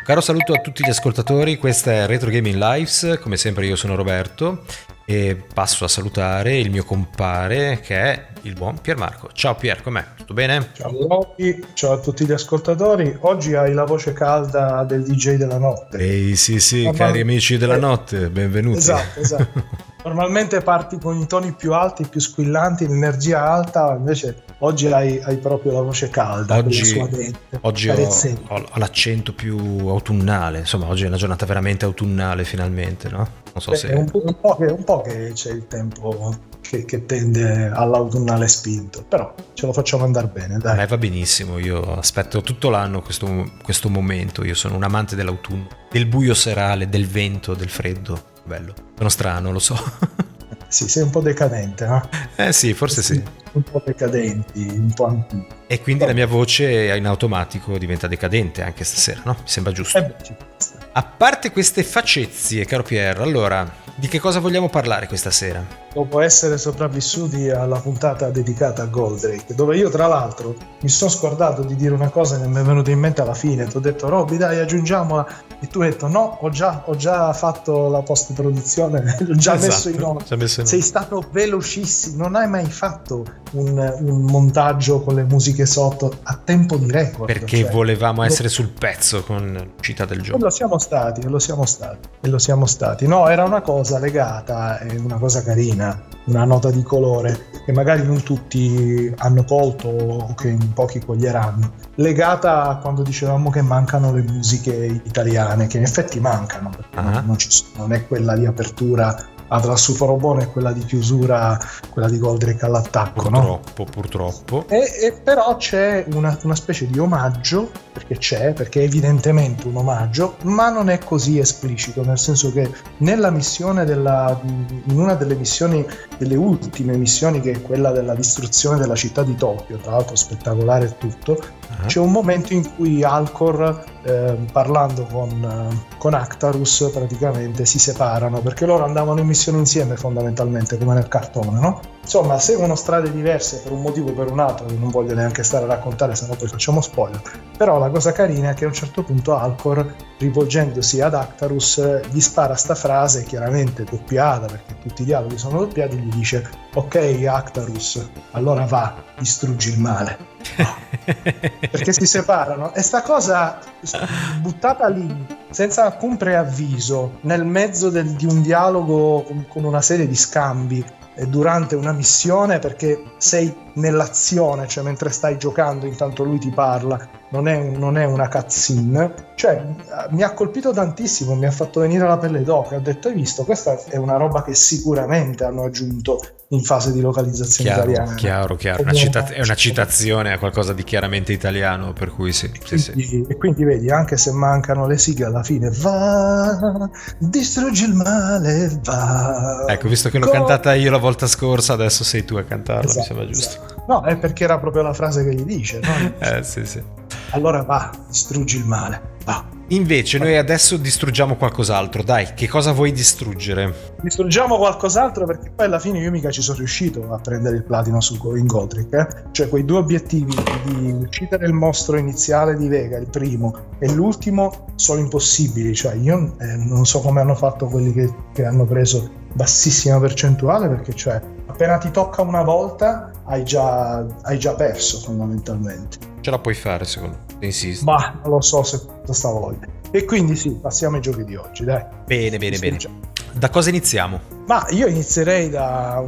caro saluto a tutti gli ascoltatori, questa è Retro Gaming Lives, come sempre io sono Roberto e passo a salutare il mio compare che è il buon Piermarco. Ciao Pier, com'è? Tutto bene? Ciao Robby, ciao a tutti gli ascoltatori. Oggi hai la voce calda del DJ della notte. Ehi sì, cari amici della notte, benvenuti. Esatto. Normalmente parti con i toni più alti, più squillanti, l'energia alta, invece oggi hai proprio la voce calda. Oggi ho l'accento più autunnale, insomma oggi è una giornata veramente autunnale finalmente, no? Non so se... È un po' che c'è il tempo che tende all'autunnale spinto, però ce lo facciamo andare bene, dai. Va benissimo, io aspetto tutto l'anno questo momento, io sono un amante dell'autunno, del buio serale, del vento, del freddo. Bello, sono strano, lo so. Sì, sei un po' decadente, no? Sì, forse sì. Un po' decadenti, un po' antichi. E quindi la mia voce in automatico diventa decadente anche stasera, no? Mi sembra giusto. A parte queste facezie, caro Pier, allora, di che cosa vogliamo parlare questa sera? Dopo essere sopravvissuti alla puntata dedicata a Goldrake, dove io tra l'altro mi sono scordato di dire una cosa che mi è venuta in mente alla fine, ti ho detto Robby dai aggiungiamola, e tu hai detto no, ho già fatto la post produzione, l'ho già messo in onda. Sei stato velocissimo, non hai mai fatto un montaggio con le musiche sotto a tempo di record, perché volevamo essere sul pezzo con l'uscita del gioco. E lo siamo stati. No, era una cosa legata, una cosa carina, una nota di colore che magari non tutti hanno colto o che in pochi coglieranno, legata a quando dicevamo che mancano le musiche italiane, che in effetti mancano, non è quella di apertura tra Superobone e quella di chiusura, quella di Goldrake all'attacco, purtroppo. E però c'è una specie di omaggio, perché è evidentemente un omaggio, ma non è così esplicito, nel senso che nella missione in una delle missioni, delle ultime missioni, che è quella della distruzione della città di Tokyo, tra l'altro spettacolare e tutto, c'è un momento in cui Alcor, parlando con Actarus, praticamente si separano, perché loro andavano in missione insieme fondamentalmente, come nel cartone, no? Insomma, seguono strade diverse per un motivo o per un altro, che non voglio neanche stare a raccontare, sennò poi facciamo spoiler. Però la cosa carina è che a un certo punto Alcor, rivolgendosi ad Actarus, gli spara sta frase, chiaramente doppiata, perché tutti i dialoghi sono doppiati, gli dice ok Actarus, allora va, distruggi il male. Perché si separano, e sta cosa buttata lì senza alcun preavviso nel mezzo di un dialogo con una serie di scambi durante una missione, perché sei nell'azione, cioè mentre stai giocando intanto lui ti parla, non è una cutscene, cioè mi ha colpito tantissimo, mi ha fatto venire la pelle d'oca, ho detto hai visto, questa è una roba che sicuramente hanno aggiunto in fase di localizzazione italiana. Chiaro, è una citazione a qualcosa di chiaramente italiano, per cui sì. E quindi vedi, anche se mancano le sigle, alla fine va, distruggi il male, va. Ecco, visto che l'ho cantata io la volta scorsa, adesso sei tu a cantarla, esatto, mi sembra giusto. No, è perché era proprio la frase che gli dice, no? Sì. Allora va, distruggi il male, va. Invece noi adesso distruggiamo qualcos'altro, dai, che cosa vuoi distruggere? Distruggiamo qualcos'altro, perché poi alla fine io mica ci sono riuscito a prendere il platino in Goldrake, Cioè quei due obiettivi di uccidere il mostro iniziale di Vega, il primo, e l'ultimo, sono impossibili, cioè io non so come hanno fatto quelli che hanno preso bassissima percentuale, perché cioè appena ti tocca una volta hai già perso fondamentalmente. Ce la puoi fare secondo me, insisto. Ma non lo so se questa voglia. E quindi sì, passiamo ai giochi di oggi, dai. Bene. Da cosa iniziamo? Ma io inizierei da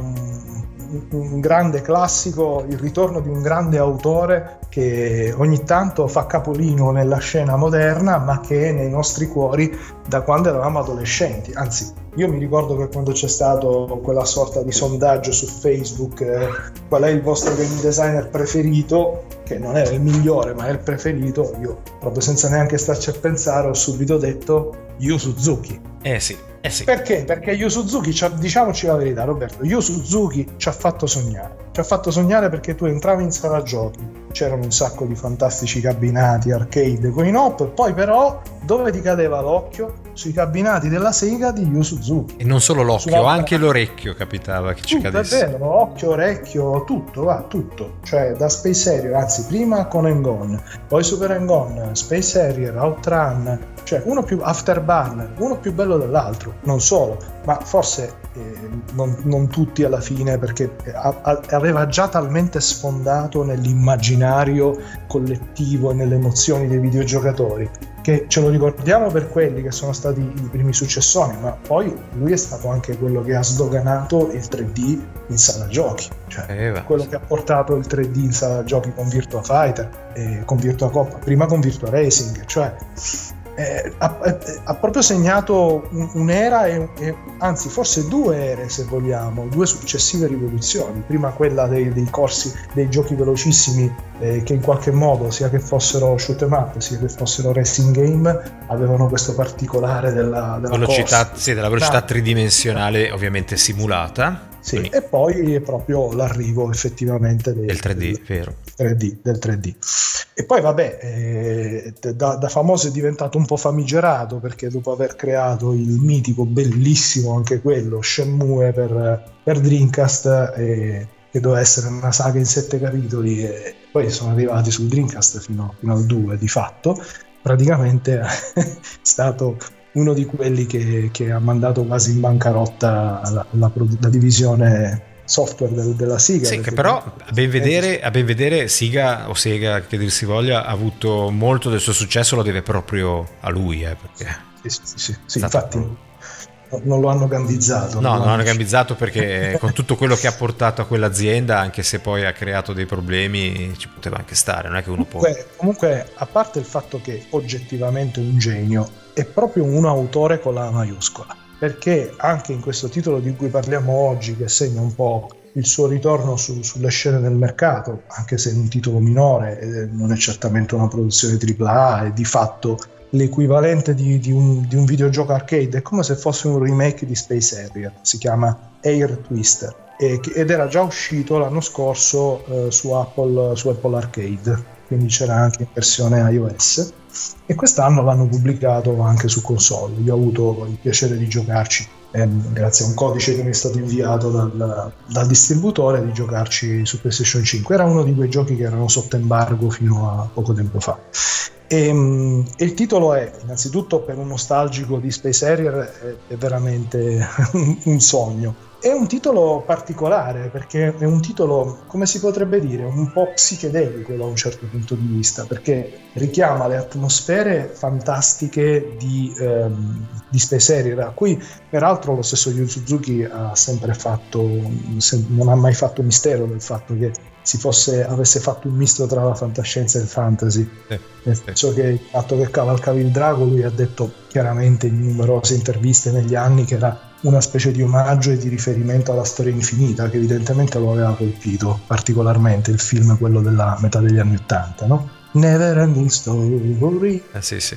un grande classico, il ritorno di un grande autore che ogni tanto fa capolino nella scena moderna, ma che è nei nostri cuori da quando eravamo adolescenti. Anzi, io mi ricordo che quando c'è stato quella sorta di sondaggio su Facebook, qual è il vostro game designer preferito, che non era il migliore ma è il preferito, io proprio senza neanche starci a pensare ho subito detto Yu Suzuki. Sì. Perché? Perché Yu Suzuki, diciamoci la verità Roberto, Yu Suzuki ci ha fatto sognare perché tu entravi in sala giochi, c'erano un sacco di fantastici cabinati arcade coin-op, poi però dove ti cadeva l'occhio? Sui cabinati della Sega di Yu Suzuki. E non solo l'occhio, anche l'orecchio capitava che ci cadesse. È vero, occhio, orecchio, tutto, cioè da Space Harrier, anzi prima con Hang-On, poi Super Hang-On, Space Harrier, Outrun, cioè uno più Afterburner, uno più bello dell'altro, non solo, ma forse non tutti alla fine, perché aveva già talmente sfondato nell'immaginario collettivo e nelle emozioni dei videogiocatori che ce lo ricordiamo per quelli che sono stati i primi successoni, ma poi lui è stato anche quello che ha sdoganato il 3D in sala giochi, cioè quello che ha portato il 3D in sala giochi con Virtua Fighter, con Virtua Cop, prima con Virtua Racing, cioè ha proprio segnato un'era e anzi forse due ere, se vogliamo, due successive rivoluzioni. Prima quella dei corsi, dei giochi velocissimi, che in qualche modo, sia che fossero shoot 'em up sia che fossero racing game, avevano questo particolare della velocità, corsa. sì, della velocità tridimensionale, ovviamente simulata. Sì, e poi proprio l'arrivo effettivamente del 3D, vero? Del 3D. E poi vabbè, da famoso è diventato un po' famigerato, perché dopo aver creato il mitico, bellissimo anche quello, Shenmue per Dreamcast, che doveva essere una saga in 7 capitoli, e poi sono arrivati sul Dreamcast fino al 2 di fatto, praticamente è stato uno di quelli che ha mandato quasi in bancarotta la divisione software della Sega. Sì, che però a ben vedere Sega, o Sega che dir si voglia, ha avuto molto del suo successo, lo deve proprio a lui, perché sì, infatti non lo hanno gambizzato. No, non l'hanno gambizzato, perché con tutto quello che ha portato a quell'azienda, anche se poi ha creato dei problemi, ci poteva anche stare, non è che uno comunque, a parte il fatto che oggettivamente è un genio, è proprio un autore con la maiuscola, perché anche in questo titolo di cui parliamo oggi, che segna un po' il suo ritorno sulle scene del mercato, anche se è un titolo minore, non è certamente una produzione AAA, è di fatto l'equivalente di un videogioco arcade, è come se fosse un remake di Space Harrier, si chiama Air Twister, ed era già uscito l'anno scorso su Apple Arcade, quindi c'era anche in versione iOS, e quest'anno l'hanno pubblicato anche su console. Io ho avuto il piacere di giocarci, grazie a un codice che mi è stato inviato dal distributore, di giocarci su PlayStation 5. Era uno di quei giochi che erano sotto embargo fino a poco tempo fa. E il titolo è, innanzitutto, per un nostalgico di Space Harrier, è veramente un sogno. È un titolo particolare, perché è un titolo, come si potrebbe dire, un po' psichedelico da un certo punto di vista, perché richiama le atmosfere fantastiche di Space Harrier, a cui peraltro lo stesso Yu Suzuki ha sempre fatto, non ha mai fatto mistero del fatto che avesse fatto un misto tra la fantascienza e il fantasy, nel senso che il fatto che cavalcavi il drago, lui ha detto chiaramente in numerose interviste negli anni che era una specie di omaggio e di riferimento alla Storia Infinita, che evidentemente lo aveva colpito particolarmente, il film, quello della metà degli anni '80, no? Never Ending Story. Sì.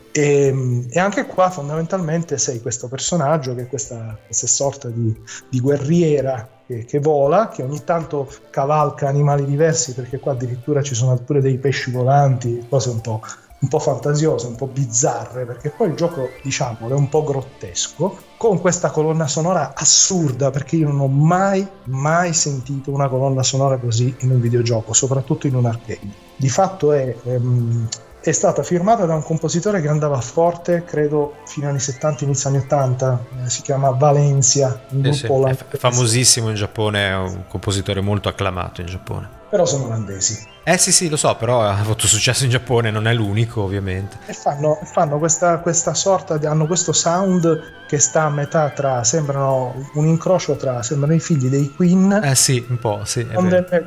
E anche qua fondamentalmente sei questo personaggio che è questa sorta di guerriera che vola, che ogni tanto cavalca animali diversi, perché qua addirittura ci sono pure dei pesci volanti, cose un po' fantasiose, un po' bizzarre, perché poi il gioco, diciamolo, è un po' grottesco, con questa colonna sonora assurda, perché io non ho mai sentito una colonna sonora così in un videogioco, soprattutto in un arcade. Di fatto è stata firmata da un compositore che andava forte, credo, fino agli anni 70, inizio anni 80, si chiama Valencia, un gruppo è famosissimo in Giappone, è un compositore molto acclamato in Giappone. Però sono olandesi. Sì, lo so, però ha avuto successo in Giappone, non è l'unico, ovviamente. E fanno questa sorta hanno questo sound che sta a metà tra, sembrano un incrocio tra, sembrano i figli dei Queen. Sì, un po', sì. Con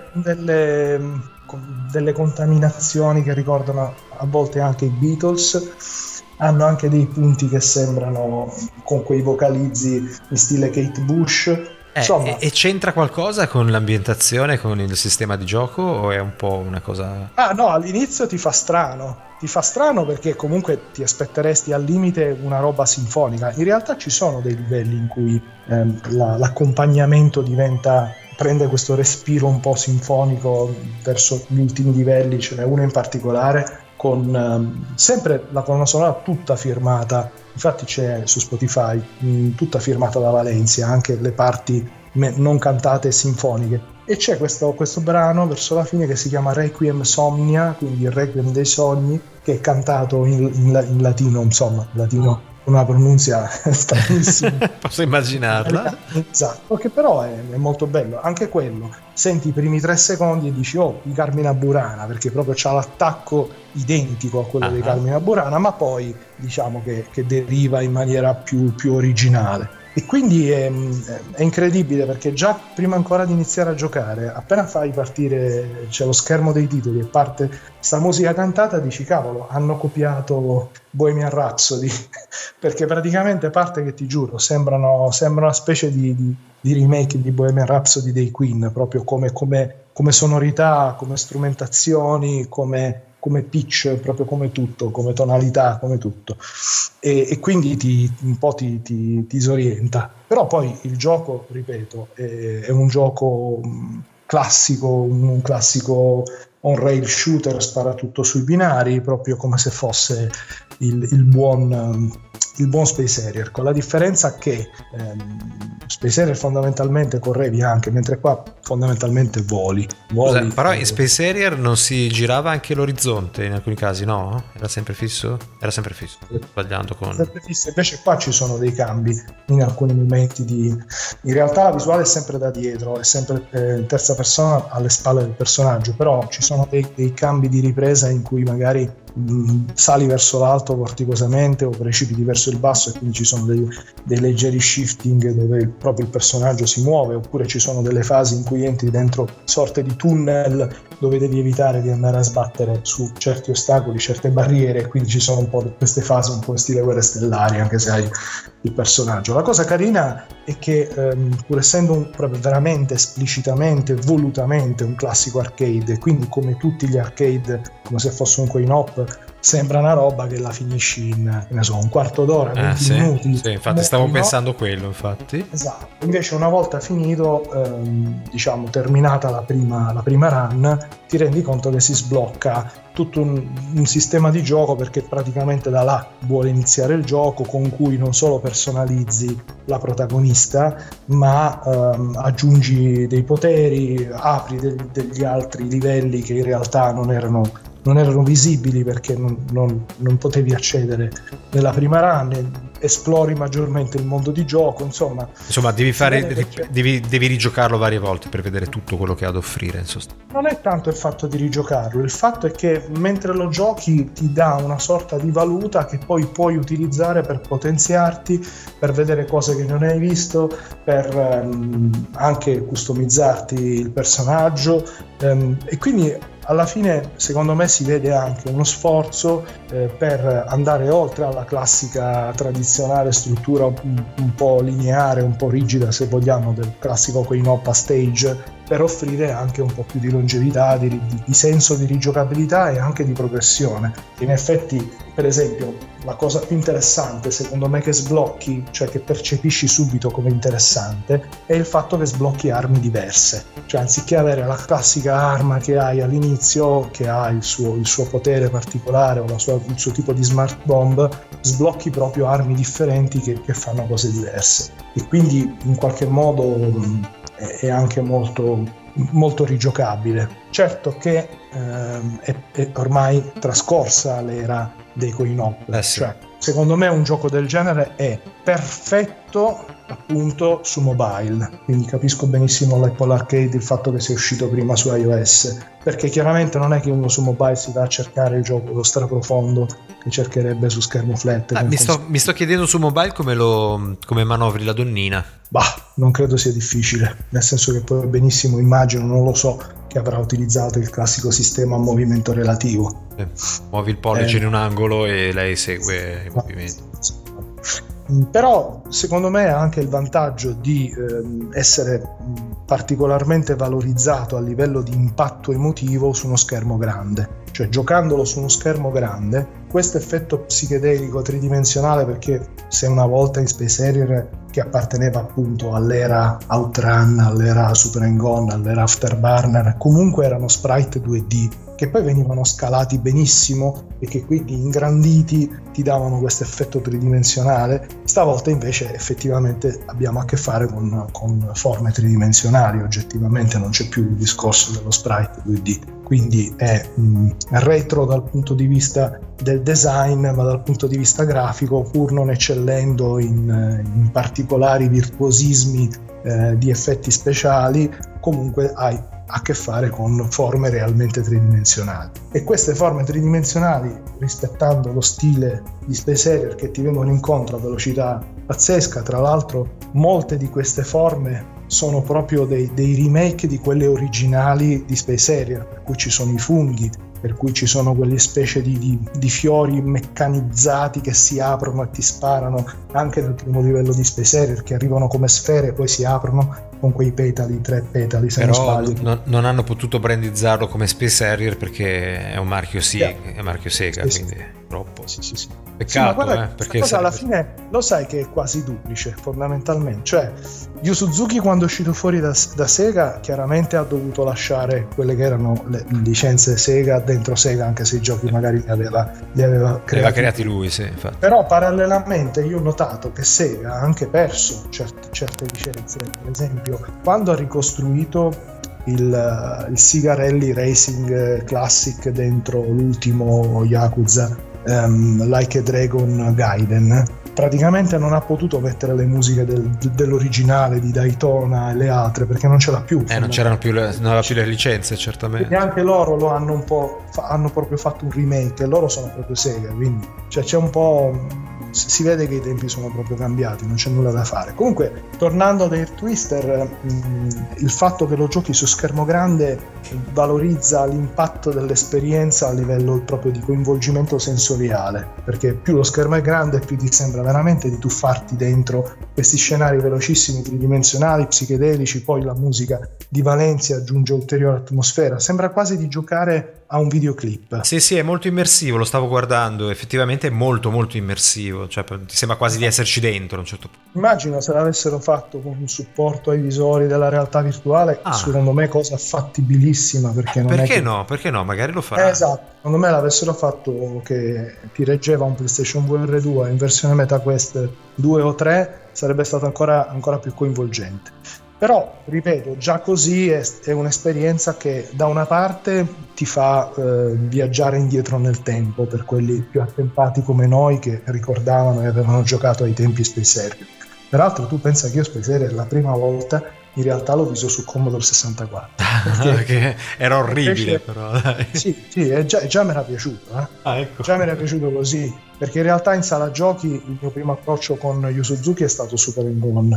delle contaminazioni che ricordano a volte anche i Beatles. Hanno anche dei punti che sembrano, con quei vocalizzi in stile Kate Bush. Insomma, e c'entra qualcosa con l'ambientazione, con il sistema di gioco, o è un po' una cosa... No, all'inizio ti fa strano perché comunque ti aspetteresti al limite una roba sinfonica. In realtà ci sono dei livelli in cui l'accompagnamento prende questo respiro un po' sinfonico verso gli ultimi livelli. Ce n'è uno in particolare con sempre la colonna sonora tutta firmata, infatti c'è su Spotify, tutta firmata da Valencia, anche le parti non cantate e sinfoniche, E c'è questo brano verso la fine che si chiama Requiem Somnia, quindi il Requiem dei sogni, che è cantato in latino, insomma, latino con una pronuncia stranissima. Posso immaginarla. Esatto, che però è molto bello. Anche quello, senti i primi 3 secondi e dici di Carmina Burana, perché proprio c'ha l'attacco identico a quello di Carmina Burana, ma poi diciamo che deriva in maniera più originale. E quindi è incredibile, perché già prima ancora di iniziare a giocare, appena fai partire, c'è lo schermo dei titoli e parte sta musica cantata, dici cavolo, hanno copiato Bohemian Rhapsody, perché praticamente parte che ti giuro sembra una specie di remake di Bohemian Rhapsody dei Queen, proprio come sonorità, come strumentazioni, come pitch, proprio come tutto, come tonalità, come tutto, e quindi un po' ti disorienta. Però poi il gioco, ripeto, è un gioco classico, un classico on-rail shooter, spara tutto sui binari, proprio come se fosse il buon Space Harrier, con la differenza che Space Harrier fondamentalmente correvi anche, mentre qua fondamentalmente voli. Scusa, però in Space Harrier non si girava anche l'orizzonte in alcuni casi, no? Era sempre fisso? Era sempre fisso, sbagliando con... Sempre fisso, invece qua ci sono dei cambi in alcuni momenti in realtà la visuale è sempre da dietro, è sempre in terza persona alle spalle del personaggio, però ci sono dei cambi di ripresa in cui magari sali verso l'alto vorticosamente o precipiti verso il basso, e quindi ci sono dei leggeri shifting dove proprio il personaggio si muove, oppure ci sono delle fasi in cui entri dentro sorte di tunnel dove devi evitare di andare a sbattere su certi ostacoli, certe barriere, e quindi ci sono un po' queste fasi un po' in stile Guerre Stellari, anche se hai il personaggio. La cosa carina è che pur essendo proprio veramente esplicitamente, volutamente un classico arcade, quindi come tutti gli arcade, come se fosse un coin-op, sembra una roba che la finisci in un quarto d'ora, 20 minuti. Sì, infatti stavo pensando quello, infatti. Esatto. Invece una volta finito, diciamo terminata la prima run, ti rendi conto che si sblocca tutto un sistema di gioco, perché praticamente da là vuole iniziare il gioco, con cui non solo personalizzi la protagonista, ma aggiungi dei poteri, apri degli altri livelli che in realtà non erano visibili perché non potevi accedere nella prima run, esplori maggiormente il mondo di gioco, insomma devi rigiocarlo varie volte per vedere tutto quello che ha ad offrire, in sostanza. Non è tanto il fatto di rigiocarlo, il fatto è che mentre lo giochi ti dà una sorta di valuta che poi puoi utilizzare per potenziarti, per vedere cose che non hai visto, per anche customizzarti il personaggio, e quindi alla fine secondo me si vede anche uno sforzo per andare oltre alla classica tradizionale struttura un po' lineare, un po' rigida se vogliamo, del classico coin-op a stage, per offrire anche un po' più di longevità, di senso di rigiocabilità e anche di progressione. In effetti, per esempio, la cosa più interessante secondo me che sblocchi, cioè che percepisci subito come interessante, è il fatto che sblocchi armi diverse. Cioè anziché avere la classica arma che hai all'inizio, che ha il suo potere particolare o il suo tipo di smart bomb, sblocchi proprio armi differenti che fanno cose diverse, e quindi in qualche modo è anche molto, molto rigiocabile. Certo che è ormai trascorsa l'era dei coin-op, cioè secondo me un gioco del genere è perfetto appunto su mobile, quindi capisco benissimo l'Apple Arcade, il fatto che sia uscito prima su iOS, perché chiaramente non è che uno su mobile si va a cercare il gioco, lo straprofondo che cercherebbe su schermo flat. Mi sto chiedendo su mobile come manovri la donnina. Non credo sia difficile, nel senso che poi benissimo immagino, non lo so, che avrà utilizzato il classico sistema a movimento relativo. Muovi il pollice in un angolo e lei segue i movimenti. Però secondo me ha anche il vantaggio di essere particolarmente valorizzato a livello di impatto emotivo su uno schermo grande. Cioè giocandolo su uno schermo grande, questo effetto psichedelico tridimensionale, perché se una volta in Space Harrier, che apparteneva appunto all'era Outrun, all'era Super Hang-On, all'era Afterburner, comunque erano sprite 2D che poi venivano scalati benissimo e che quindi ingranditi ti davano questo effetto tridimensionale. Stavolta invece effettivamente abbiamo a che fare con forme tridimensionali, oggettivamente non c'è più il discorso dello sprite 2D, quindi è retro dal punto di vista del design, ma dal punto di vista grafico, pur non eccellendo in particolari virtuosismi di effetti speciali, comunque hai a che fare con forme realmente tridimensionali, e queste forme tridimensionali, rispettando lo stile di Space Harrier, che ti vengono incontro a velocità pazzesca. Tra l'altro molte di queste forme sono proprio dei remake di quelle originali di Space Harrier, per cui ci sono i funghi, per cui ci sono quelle specie di fiori meccanizzati che si aprono e ti sparano, anche nel primo livello di Space Harrier, che arrivano come sfere e poi si aprono con quei petali, 3 petali se però non sbaglio. non hanno potuto brandizzarlo come Space Harrier perché è un marchio è marchio Sega, sì, quindi troppo. Sì. Peccato, sì, ma guarda, perché cosa alla fine lo sai che è quasi duplice fondamentalmente, cioè Yu Suzuki quando è uscito fuori da Sega chiaramente ha dovuto lasciare quelle che erano le licenze Sega dentro Sega, anche se i giochi magari li aveva creati lui, sì, infatti. Però parallelamente io ho notato che Sega ha anche perso certe licenze. Per esempio, quando ha ricostruito il Sigarelli Racing Classic dentro l'ultimo Yakuza, Like a Dragon Gaiden, praticamente non ha potuto mettere le musiche dell'originale di Daytona e le altre perché non ce l'ha più. Non c'erano più non aveva più le licenze, certamente. E anche loro lo hanno un po' hanno proprio fatto un remake, e loro sono proprio Sega, quindi cioè c'è un po', si vede che i tempi sono proprio cambiati, non c'è nulla da fare. Comunque, tornando ad Air Twister, il fatto che lo giochi su schermo grande valorizza l'impatto dell'esperienza a livello proprio di coinvolgimento sensoriale, perché più lo schermo è grande più ti sembra veramente di tuffarti dentro questi scenari velocissimi, tridimensionali, psichedelici. Poi la musica di Valencia aggiunge ulteriore atmosfera, sembra quasi di giocare a un videoclip. Sì, è molto immersivo, lo stavo guardando, effettivamente è molto molto immersivo, cioè ti sembra quasi di esserci dentro a un certo punto. Immagino se l'avessero fatto con un supporto ai visori della realtà virtuale, secondo me cosa fattibilissima, perché non perché è che... no? Perché no? Magari lo farà. Esatto, secondo me l'avessero fatto che ti reggeva un PlayStation VR 2 in versione MetaQuest 2 o 3, sarebbe stato ancora più coinvolgente. Però, ripeto, già così è un'esperienza che da una parte ti fa viaggiare indietro nel tempo per quelli più attempati come noi che ricordavano e avevano giocato ai tempi Space Harrier. Peraltro tu pensa che io Space Harrier la prima volta in realtà l'ho visto su Commodore 64. Che era orribile, però dai. Sì, già mi era piaciuto. Ecco. Già mi era piaciuto così, perché in realtà in sala giochi il mio primo approccio con Yu Suzuki è stato Super Hang-On,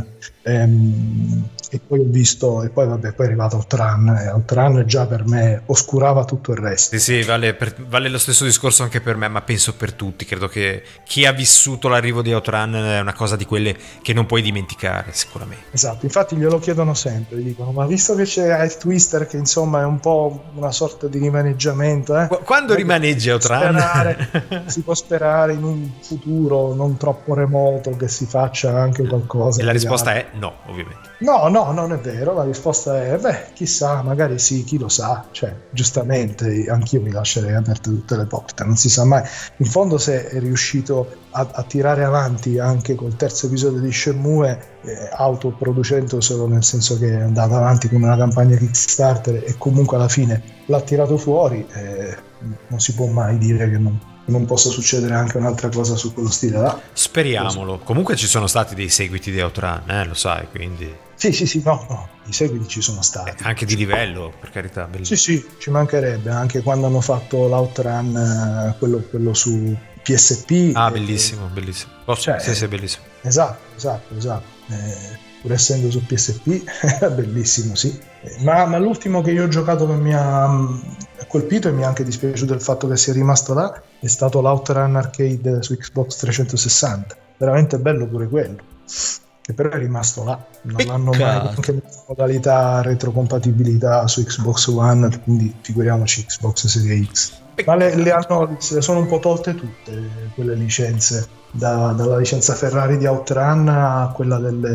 e poi ho visto, e poi è arrivato Outrun, e Outrun già per me oscurava tutto il resto. Sì, vale lo stesso discorso anche per me, ma penso per tutti. Credo che chi ha vissuto l'arrivo di Outrun è una cosa di quelle che non puoi dimenticare sicuramente. Esatto, infatti glielo chiedono sempre, gli dicono: ma visto che c'è Air Twister, che insomma è un po' una sorta di rimaneggiamento, quando rimaneggia Outrun si può sperare in un futuro non troppo remoto che si faccia anche qualcosa. E la risposta è no, ovviamente. No, non è vero, la risposta è chissà, magari sì, chi lo sa, cioè giustamente anch'io mi lascerei aperte tutte le porte, non si sa mai. In fondo, se è riuscito a tirare avanti anche col terzo episodio di Shenmue, autoproducendoselo, nel senso che è andato avanti con una campagna Kickstarter e comunque alla fine l'ha tirato fuori, non si può mai dire che non possa succedere anche un'altra cosa su quello stile là. Speriamolo. Comunque ci sono stati dei seguiti di Outrun, lo sai, quindi... Sì, no, i seguiti ci sono stati. Anche di livello, per carità. Bellissimo. Sì, ci mancherebbe, anche quando hanno fatto l'Outrun, quello su PSP. Bellissimo. Sì, bellissimo. Esatto. Pur essendo su PSP, bellissimo, sì. Ma l'ultimo che io ho giocato che mi ha colpito e mi ha anche dispiaciuto il fatto che sia rimasto là è stato l'Outrun Arcade su Xbox 360. Veramente bello pure quello, che però è rimasto là, non l'hanno mai anche in modalità retrocompatibilità su Xbox One, quindi figuriamoci Xbox Series X. Ma le sono un po' tolte tutte quelle licenze, dalla licenza Ferrari di Outrun a quella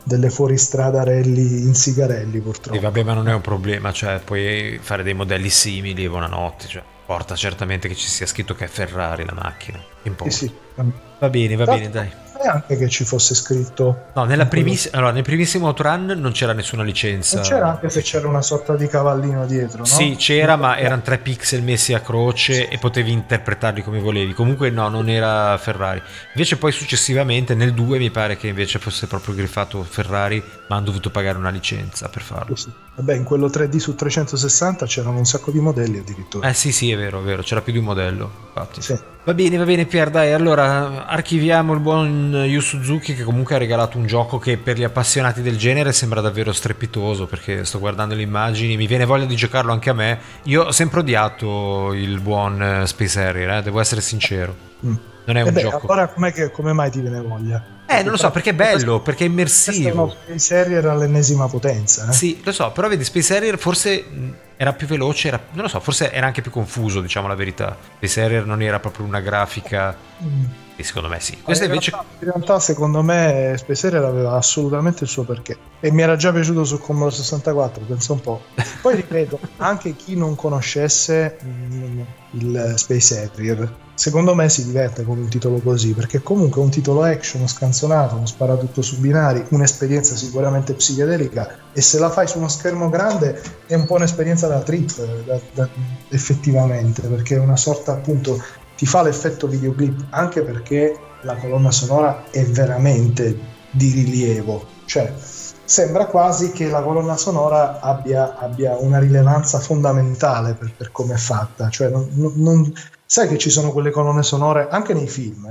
delle fuoristrada rally in sigarelli, purtroppo. E vabbè, ma non è un problema, cioè puoi fare dei modelli simili e buonanotte, cioè porta certamente che ci sia scritto che è Ferrari la macchina. Sì. Va bene, dai. E anche che ci fosse scritto... No, nel primissimo Outrun non c'era nessuna licenza. Non c'era, anche se c'era una sorta di cavallino dietro, no? Sì, c'era, ma erano 3 pixel messi a croce e potevi interpretarli come volevi. Comunque no, non era Ferrari. Invece poi successivamente nel 2 mi pare che invece fosse proprio griffato Ferrari, ma hanno dovuto pagare una licenza per farlo. Sì. Vabbè, in quello 3D su 360 c'erano un sacco di modelli addirittura. Sì, è vero, c'era più di un modello, infatti. Sì. Va bene Pier, dai, allora archiviamo il buon Yu Suzuki, che comunque ha regalato un gioco che per gli appassionati del genere sembra davvero strepitoso, perché sto guardando le immagini, mi viene voglia di giocarlo anche a me. Io ho sempre odiato il buon Space Harrier, devo essere sincero. Non è un gioco. Allora come mai ti viene voglia? Non lo so, perché è bello, perché è immersivo. Space Harrier all'ennesima potenza. Sì, lo so, però vedi, Space Harrier forse era più veloce, non lo so, forse era anche più confuso, diciamo la verità. Space Harrier non era proprio una grafica... E secondo me sì. Questo invece... in realtà secondo me Space Harrier aveva assolutamente il suo perché. E mi era già piaciuto su Commodore 64, pensa un po'. Poi ripeto, anche chi non conoscesse il Space Harrier, secondo me si diverte con un titolo così, perché comunque è un titolo action scanzonato, uno sparatutto su binari, un'esperienza sicuramente psichedelica, e se la fai su uno schermo grande è un po' un'esperienza da trip, effettivamente, perché è una sorta, appunto, ti fa l'effetto videoclip, anche perché la colonna sonora è veramente di rilievo, cioè sembra quasi che la colonna sonora abbia una rilevanza fondamentale per come è fatta, cioè non sai che ci sono quelle colonne sonore anche nei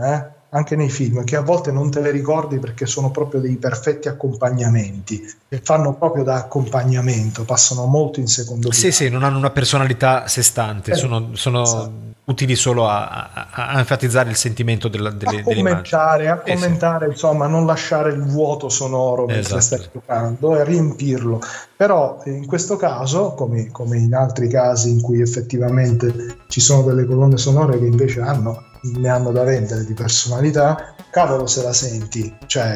film, che a volte non te le ricordi perché sono proprio dei perfetti accompagnamenti, che fanno proprio da accompagnamiento, passano molto in secondo piano. Sì, non hanno una personalità a sé stante, sono esatto. utili solo a enfatizzare il sentimento delle immagini. A commentare, insomma, non lasciare il vuoto sonoro mentre stai giocando e riempirlo. Però in questo caso, come in altri casi in cui effettivamente ci sono delle colonne sonore che invece ne hanno da vendere di personalità, cavolo se la senti, cioè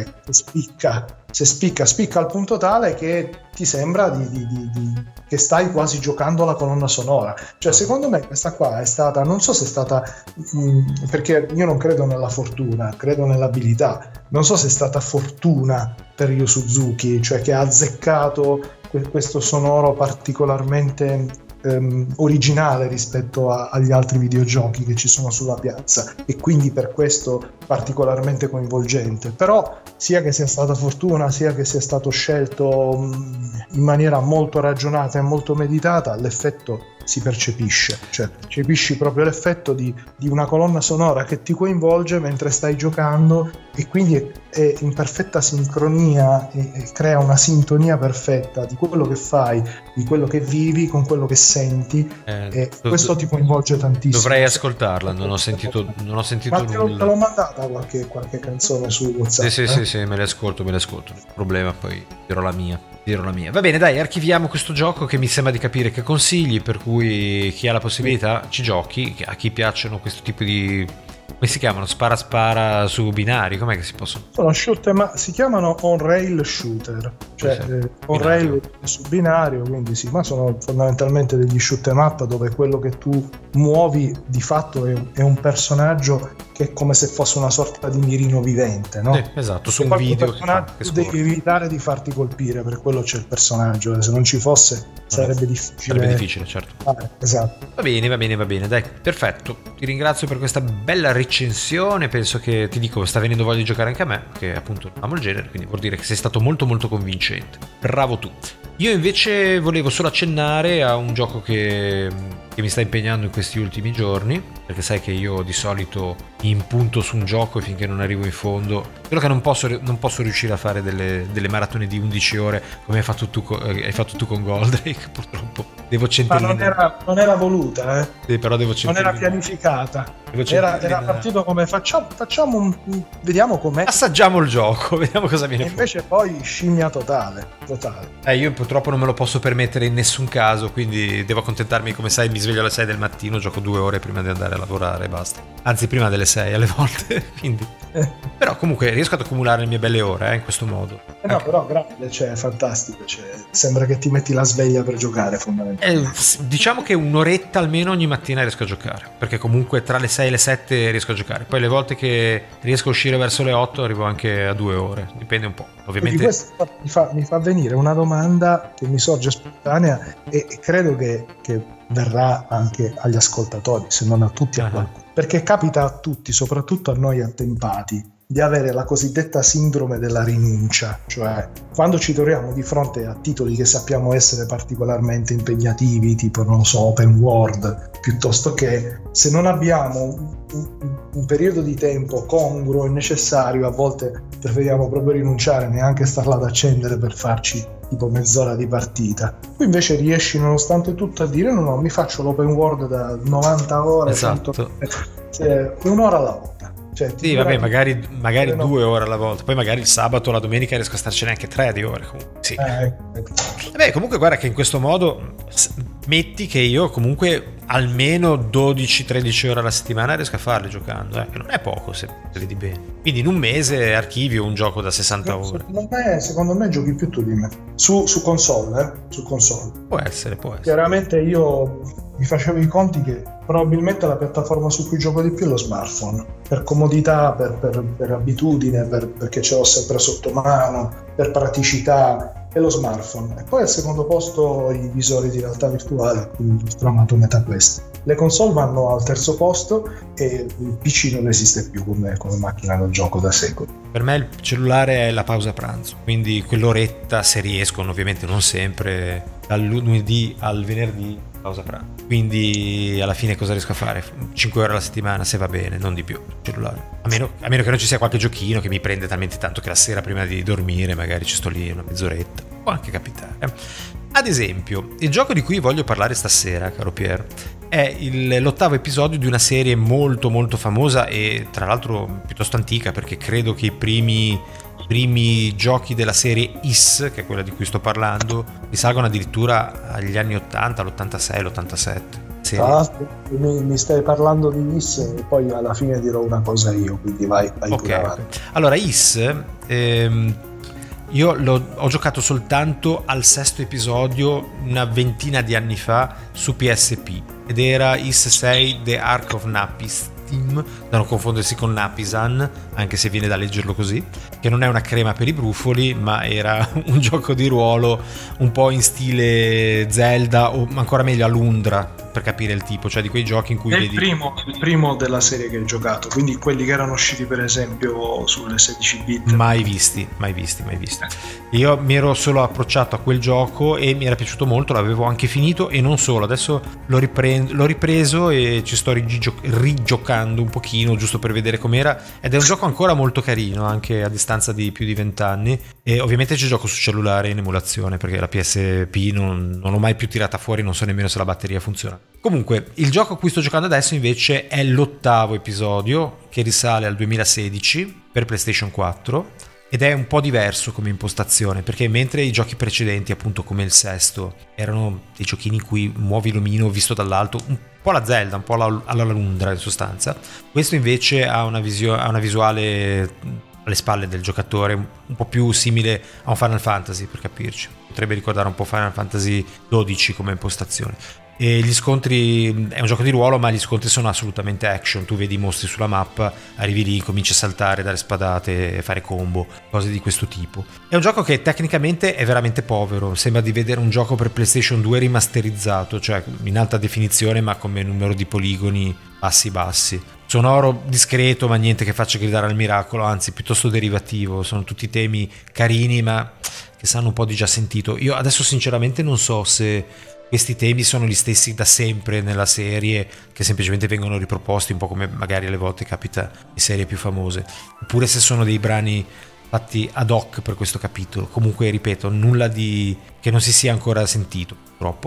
spicca al punto tale che ti sembra che stai quasi giocando la colonna sonora. Cioè secondo me questa qua è stata, non so se è stata perché io non credo nella fortuna, credo nell'abilità, non so se è stata fortuna per Yu Suzuki, cioè che ha azzeccato questo sonoro particolarmente originale rispetto agli altri videogiochi che ci sono sulla piazza, e quindi per questo particolarmente coinvolgente. Però sia che sia stata fortuna, sia che sia stato scelto in maniera molto ragionata e molto meditata, l'effetto si percepisce, cioè percepisci proprio l'effetto di una colonna sonora che ti coinvolge mentre stai giocando, e quindi è in perfetta sincronia e crea una sintonia perfetta di quello che fai, di quello che vivi con quello che senti, e questo ti coinvolge tantissimo. Dovrei ascoltarla, non ho sentito ma nulla. te l'ho mandata qualche canzone su WhatsApp. Sì, me le ascolto. Il problema poi dirò la mia. Va bene, dai, archiviamo questo gioco che mi sembra di capire che consigli, per cui chi ha la possibilità ci giochi. A chi piacciono questo tipo di, come si chiamano? Spara su binari, com'è che si possono? Sono shooter, ma si chiamano on-rail shooter, cioè on-rail su binario, quindi sì, ma sono fondamentalmente degli shoot 'em up dove quello che tu muovi di fatto è un personaggio che è come se fosse una sorta di mirino vivente, no? Esatto, su un video tu devi evitare di farti colpire, per quello c'è il personaggio, se non ci fosse sarebbe difficile, certo. Esatto. Va bene, dai, perfetto, ti ringrazio per questa bella recensione, penso che, ti dico, sta venendo voglia di giocare anche a me, che appunto amo il genere, quindi vuol dire che sei stato molto molto convincente, bravo tu. Io invece volevo solo accennare a un gioco che mi sta impegnando in questi ultimi giorni, perché sai che io di solito impunto su un gioco e finché non arrivo in fondo, quello che non posso riuscire a fare delle maratone di 11 ore come hai fatto tu con Goldrake, purtroppo devo centellinare. Ma non era voluta, Sì, però devo non era pianificata, era partito come facciamo vediamo com'è, assaggiamo il gioco, vediamo cosa viene e invece poi scimmia totale. Io purtroppo non me lo posso permettere in nessun caso, quindi devo accontentarmi, come sai mi sveglio alle 6 del mattino, gioco 2 ore prima di andare a lavorare e basta. anzi prima delle 6 alle volte, quindi... Però comunque riesco ad accumulare le mie belle ore in questo modo. No, però grande, cioè, fantastico, cioè, sembra che ti metti la sveglia per giocare fondamentalmente. Diciamo che un'oretta almeno ogni mattina riesco a giocare, perché comunque tra le 6 e le 7 riesco a giocare, poi le volte che riesco a uscire verso le 8 arrivo anche a 2 ore, dipende un po'. Ovviamente questo mi fa venire una domanda che mi sorge spontanea e credo che verrà anche agli ascoltatori, se non a tutti, a qualcuno, perché capita a tutti, soprattutto a noi attempati, di avere la cosiddetta sindrome della rinuncia, cioè quando ci troviamo di fronte a titoli che sappiamo essere particolarmente impegnativi, tipo non so, open world, piuttosto che se non abbiamo un periodo di tempo congruo e necessario, a volte preferiamo proprio rinunciare, neanche starla ad accendere per farci tipo mezz'ora di partita. Tu invece riesci nonostante tutto a dire no, mi faccio l'open world da 90 ore, esatto. Un'ora alla volta. Cioè, sì, vabbè, magari 2 ore alla volta, poi magari il sabato o la domenica riesco a starcene anche 3 di ore. Comunque. Sì. Beh, comunque guarda che in questo modo metti che io comunque almeno 12-13 ore alla settimana riesco a farle giocando, che non è poco se vedi bene. Quindi in un mese archivio un gioco da 60 ore. Secondo me giochi più tu di me. Su console, su console. Può essere. Chiaramente io mi facevo i conti che probabilmente la piattaforma su cui gioco di più è lo smartphone, per comodità, per abitudine, perché ce l'ho sempre sotto mano, per praticità, è lo smartphone. E poi al secondo posto i visori di realtà virtuale, quindi il nostro amato MetaQuest. Le console vanno al terzo posto e il PC non esiste più come macchina da gioco da secoli. Per me il cellulare è la pausa pranzo, quindi quell'oretta, se riescono, ovviamente non sempre, dal lunedì al venerdì pausa pranzo. Quindi alla fine cosa riesco a fare? 5 ore alla settimana, se va bene, non di più, cellulare. A meno che non ci sia qualche giochino che mi prende talmente tanto che la sera prima di dormire magari ci sto lì una mezz'oretta. Può anche capitare. Ad esempio, il gioco di cui voglio parlare stasera, caro Pier, è l'8º episodio di una serie molto molto famosa e tra l'altro piuttosto antica, perché credo che i primi giochi della serie Is, che è quella di cui sto parlando, risalgono addirittura agli anni 80, l'86, l'87. Mi stai parlando di Is e poi alla fine dirò una cosa io, quindi vai pure avanti. Allora, Is io ho giocato soltanto al 6º episodio una ventina di anni fa su PSP ed era Is 6 The Ark of Napis Team, da non confondersi con Napisan, anche se viene da leggerlo così, che non è una crema per i brufoli, ma era un gioco di ruolo un po' in stile Zelda o ancora meglio Alundra, per capire il tipo, cioè di quei giochi in cui è il primo della serie che hai giocato, quindi quelli che erano usciti per esempio sulle 16 bit. Mai visti. Io mi ero solo approcciato a quel gioco e mi era piaciuto molto, l'avevo anche finito e non solo, adesso l'ho ripreso e ci sto rigiocando un pochino giusto per vedere com'era, ed è un gioco ancora molto carino anche a distanza di più di 20 anni, e ovviamente ci gioco su cellulare in emulazione perché la PSP non l'ho mai più tirata fuori, non so nemmeno se la batteria funziona. Comunque il gioco a cui sto giocando adesso invece è l'8º episodio, che risale al 2016 per PlayStation 4 ed è un po' diverso come impostazione, perché mentre i giochi precedenti, appunto come il 6º, erano dei giochini in cui muovi l'omino visto dall'alto, un po' la Zelda, un po' alla Lundra in sostanza, questo invece ha una visuale alle spalle del giocatore un po' più simile a un Final Fantasy, per capirci, potrebbe ricordare un po' Final Fantasy XII come impostazione. E gli scontri, è un gioco di ruolo, ma gli scontri sono assolutamente action. Tu vedi i mostri sulla mappa, arrivi lì, cominci a saltare, dare spadate, fare combo, cose di questo tipo. È un gioco che tecnicamente è veramente povero, sembra di vedere un gioco per PlayStation 2 rimasterizzato, cioè in alta definizione ma come numero di poligoni bassi. Sonoro discreto, ma niente che faccia gridare al miracolo, anzi piuttosto derivativo. Sono tutti temi carini ma che sanno un po' di già sentito. Io adesso sinceramente non so se questi temi sono gli stessi da sempre nella serie, che semplicemente vengono riproposti un po' come magari alle volte capita in serie più famose, oppure se sono dei brani fatti ad hoc per questo capitolo. Comunque ripeto, nulla di che non si sia ancora sentito troppo, però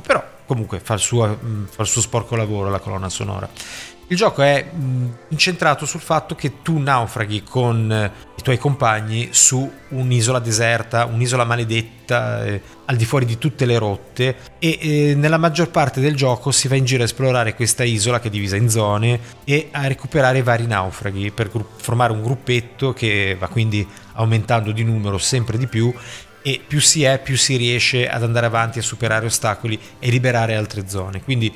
comunque fa il suo sporco lavoro la colonna sonora. Il gioco è incentrato sul fatto che tu naufraghi con i tuoi compagni su un'isola deserta, un'isola maledetta, al di fuori di tutte le rotte, e nella maggior parte del gioco si va in giro a esplorare questa isola che è divisa in zone e a recuperare vari naufraghi per formare un gruppetto che va quindi aumentando di numero sempre di più, e più si riesce ad andare avanti, a superare ostacoli e liberare altre zone. Quindi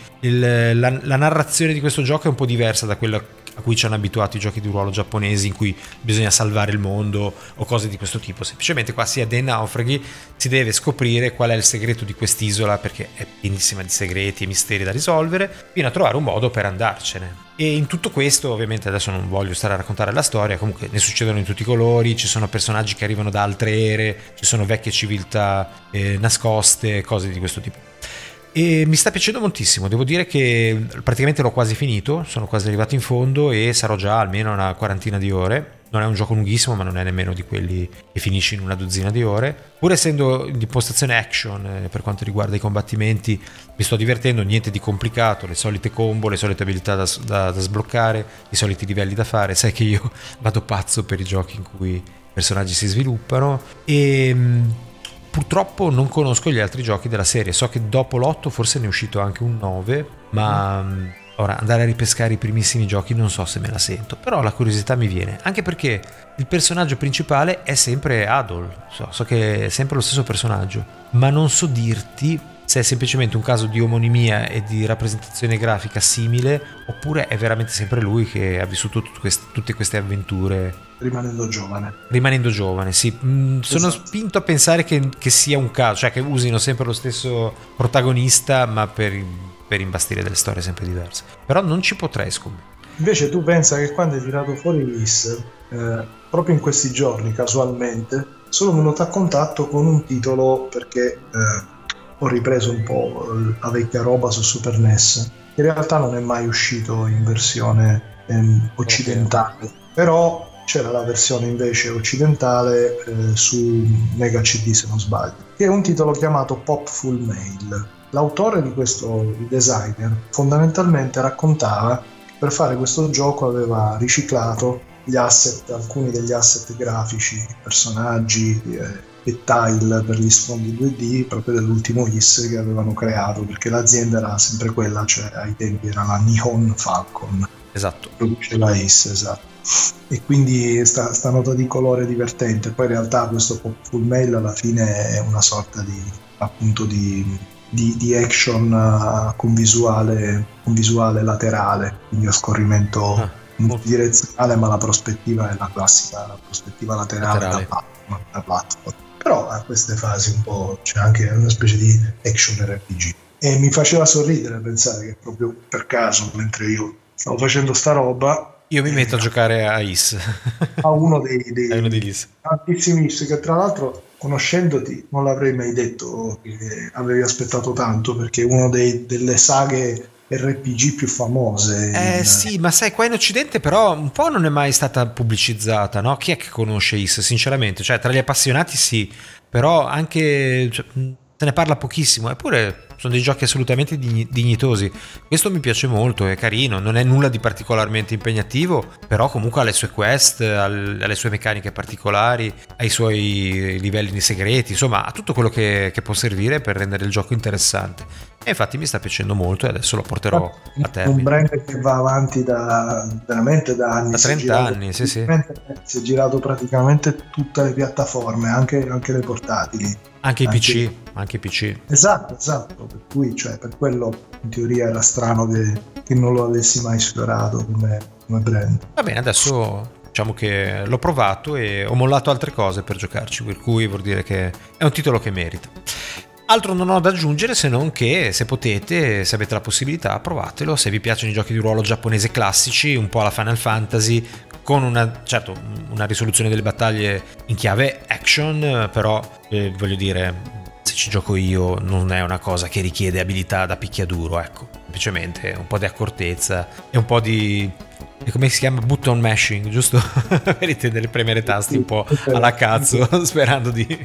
la narrazione di questo gioco è un po' diversa da quella a cui ci hanno abituato i giochi di ruolo giapponesi, in cui bisogna salvare il mondo o cose di questo tipo. Semplicemente qua si è dei naufraghi, si deve scoprire qual è il segreto di quest'isola, perché è pienissima di segreti e misteri da risolvere, fino a trovare un modo per andarcene. E in tutto questo, ovviamente adesso non voglio stare a raccontare la storia, comunque ne succedono in tutti i colori, ci sono personaggi che arrivano da altre ere, ci sono vecchie civiltà nascoste, cose di questo tipo. E mi sta piacendo moltissimo, devo dire che praticamente l'ho quasi finito, sono quasi arrivato in fondo e sarò già almeno una quarantina di ore. Non è un gioco lunghissimo, ma non è nemmeno di quelli che finisci in una dozzina di ore. Pur essendo di impostazione action, per quanto riguarda i combattimenti, mi sto divertendo, niente di complicato, le solite combo, le solite abilità da sbloccare, i soliti livelli da fare. Sai che io vado pazzo per i giochi in cui i personaggi si sviluppano, e purtroppo non conosco gli altri giochi della serie. So che dopo l'8 forse ne è uscito anche un 9, ma ora andare a ripescare i primissimi giochi non so se me la sento, però la curiosità mi viene, anche perché il personaggio principale è sempre Adol, so che è sempre lo stesso personaggio, ma non so dirti se è semplicemente un caso di omonimia e di rappresentazione grafica simile, oppure è veramente sempre lui che ha vissuto tutte queste avventure rimanendo giovane, sì. Sono spinto a pensare che sia un caso, cioè che usino sempre lo stesso protagonista, ma per imbastire delle storie sempre diverse, però non ci potrei scommettere. Invece tu pensa che quando hai tirato fuori Is, proprio in questi giorni casualmente sono venuto a contatto con un titolo, perché ho ripreso un po' la vecchia roba su Super NES, in realtà non è mai uscito in versione occidentale, però c'era la versione invece occidentale su Mega CD, se non sbaglio, che è un titolo chiamato Popful Mail. L'autore di questo, il designer, fondamentalmente raccontava che per fare questo gioco aveva riciclato gli asset, alcuni degli asset grafici, personaggi e tile per gli sfondi 2D proprio dell'ultimo Is che avevano creato, perché l'azienda era sempre quella, cioè ai tempi era la Nihon Falcon, esatto, produceva Is, esatto. E quindi sta nota di colore divertente. Poi in realtà questo Popful Mail alla fine è una sorta di appunto di action con visuale laterale, quindi a scorrimento multidirezionale, ma la prospettiva è la classica, la prospettiva laterale. Da platform. Però a queste fasi un po' c'è anche una specie di action RPG, e mi faceva sorridere pensare che proprio per caso, mentre io stavo facendo sta roba, io mi metto a giocare a Is, a uno dei Is, tantissimi Is, che tra l'altro, conoscendoti, non l'avrei mai detto che avevi aspettato tanto, perché è uno delle saghe RPG più famose. Sì, ma sai, qua in Occidente però un po' non è mai stata pubblicizzata, no? Chi è che conosce Is, sinceramente? Cioè, tra gli appassionati sì, però anche se ne parla pochissimo, eppure sono dei giochi assolutamente dignitosi. Questo mi piace molto, è carino, non è nulla di particolarmente impegnativo, però comunque ha le sue quest, ha le sue meccaniche particolari, ha i suoi livelli di segreti, insomma ha tutto quello che può servire per rendere il gioco interessante, e infatti mi sta piacendo molto e adesso lo porterò a termine. Un brand che va avanti veramente da anni, da 30 anni, sì. Si è girato praticamente tutte le piattaforme, anche le portatili, anche i PC. Esatto, per cui, cioè, per quello in teoria era strano che non lo avessi mai sfiorato come brand. Va bene, adesso diciamo che l'ho provato e ho mollato altre cose per giocarci, per cui vuol dire che è un titolo che merita. Altro non ho da aggiungere, se non che se potete, se avete la possibilità, provatelo. Se vi piacciono i giochi di ruolo giapponese classici, un po' alla Final Fantasy, con una risoluzione delle battaglie in chiave action, però voglio dire, se ci gioco io non è una cosa che richiede abilità da picchiaduro, ecco, semplicemente un po' di accortezza e un po' di, come si chiama, button mashing, giusto? Per intendere, premere tasti un po' alla cazzo, sperando di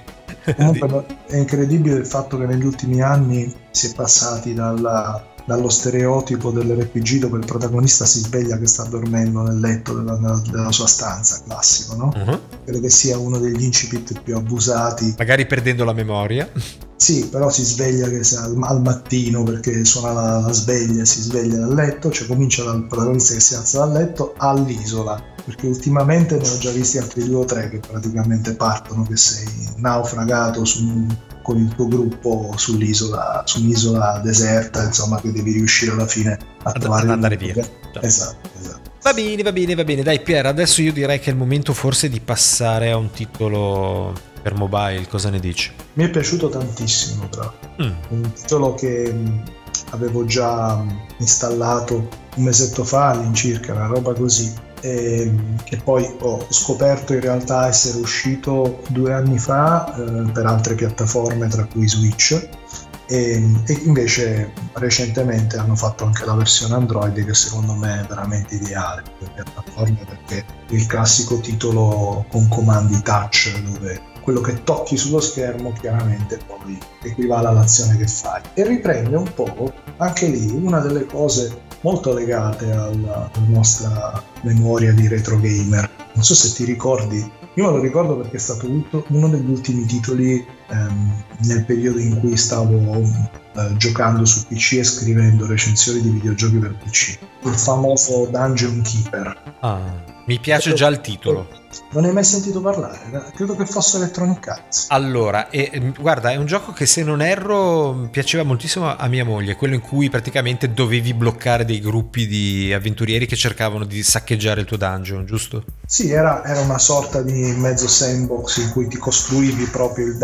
Comunque è incredibile il fatto che negli ultimi anni si è passati dallo stereotipo dell'RPG dove il protagonista si sveglia che sta dormendo nel letto della sua stanza, classico, no? Credo che sia uno degli incipit più abusati. Magari perdendo la memoria. Sì, però si sveglia che sia al mattino perché suona la sveglia, si sveglia dal letto, cioè comincia dal protagonista che si alza dal letto all'isola, perché ultimamente ne ho già visti altri 2 o 3 che praticamente partono che sei naufragato con il tuo gruppo su un'isola deserta, insomma, che devi riuscire alla fine a trovare ad andare via. Esatto. Va bene. Dai Pier, adesso io direi che è il momento forse di passare a un titolo per mobile, cosa ne dici? Mi è piaciuto tantissimo, però. Un titolo che avevo già installato un mesetto fa all'incirca, una roba così, e che poi ho scoperto in realtà essere uscito 2 anni fa per altre piattaforme, tra cui Switch, e invece recentemente hanno fatto anche la versione Android, che secondo me è veramente ideale per le piattaforme, perché è il classico titolo con comandi touch dove quello che tocchi sullo schermo chiaramente poi equivale all'azione che fai, e riprende un po' anche lì una delle cose molto legate alla nostra memoria di retro gamer. Non so se ti ricordi, io me lo ricordo perché è stato uno degli ultimi titoli nel periodo in cui stavo giocando su PC e scrivendo recensioni di videogiochi per PC, il famoso Dungeon Keeper. Mi piace già il titolo. Non hai mai sentito parlare? Credo che fosse Electronic Arts. Allora, guarda, è un gioco che, se non erro, piaceva moltissimo a mia moglie, quello in cui praticamente dovevi bloccare dei gruppi di avventurieri che cercavano di saccheggiare il tuo dungeon, giusto? Sì, era una sorta di mezzo sandbox in cui ti costruivi proprio il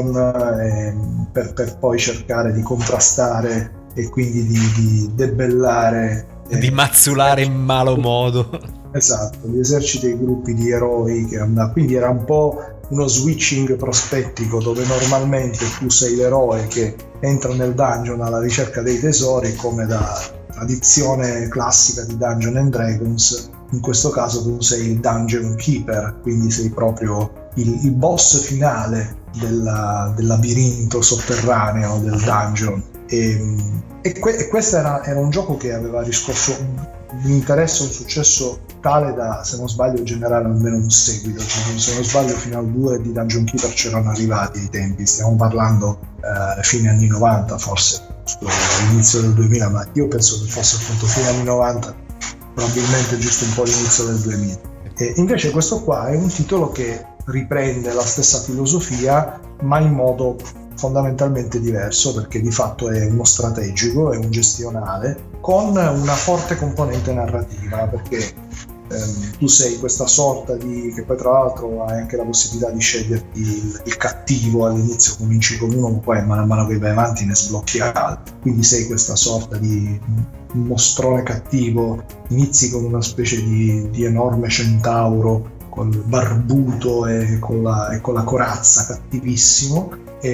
dungeon per poi cercare di contrastare e quindi di debellare, di mazzulare in malo modo. Esatto, gli eserciti e i gruppi di eroi che andavano, quindi era un po' uno switching prospettico dove normalmente tu sei l'eroe che entra nel dungeon alla ricerca dei tesori, come da tradizione classica di Dungeons and Dragons. In questo caso tu sei il Dungeon Keeper, quindi sei proprio il boss finale del labirinto sotterraneo del dungeon, e questo era un gioco che aveva riscosso un interesse, un successo tale da, se non sbaglio, generare almeno un seguito. Cioè, se non sbaglio, fino al 2 di Dungeon Keeper c'erano arrivati i tempi, stiamo parlando fine anni 90, forse all'inizio del 2000, ma io penso che fosse appunto fine anni 90, probabilmente giusto un po' all'inizio del 2000. E invece questo qua è un titolo che riprende la stessa filosofia, ma in modo fondamentalmente diverso, perché di fatto è uno strategico, è un gestionale con una forte componente narrativa, perché tu sei questa sorta di, che poi tra l'altro hai anche la possibilità di sceglierti il cattivo. All'inizio cominci con uno, ma poi man mano che vai avanti ne sblocchi altri, quindi sei questa sorta di mostrone cattivo. Inizi con una specie di enorme centauro col barbuto e con la corazza, cattivissimo,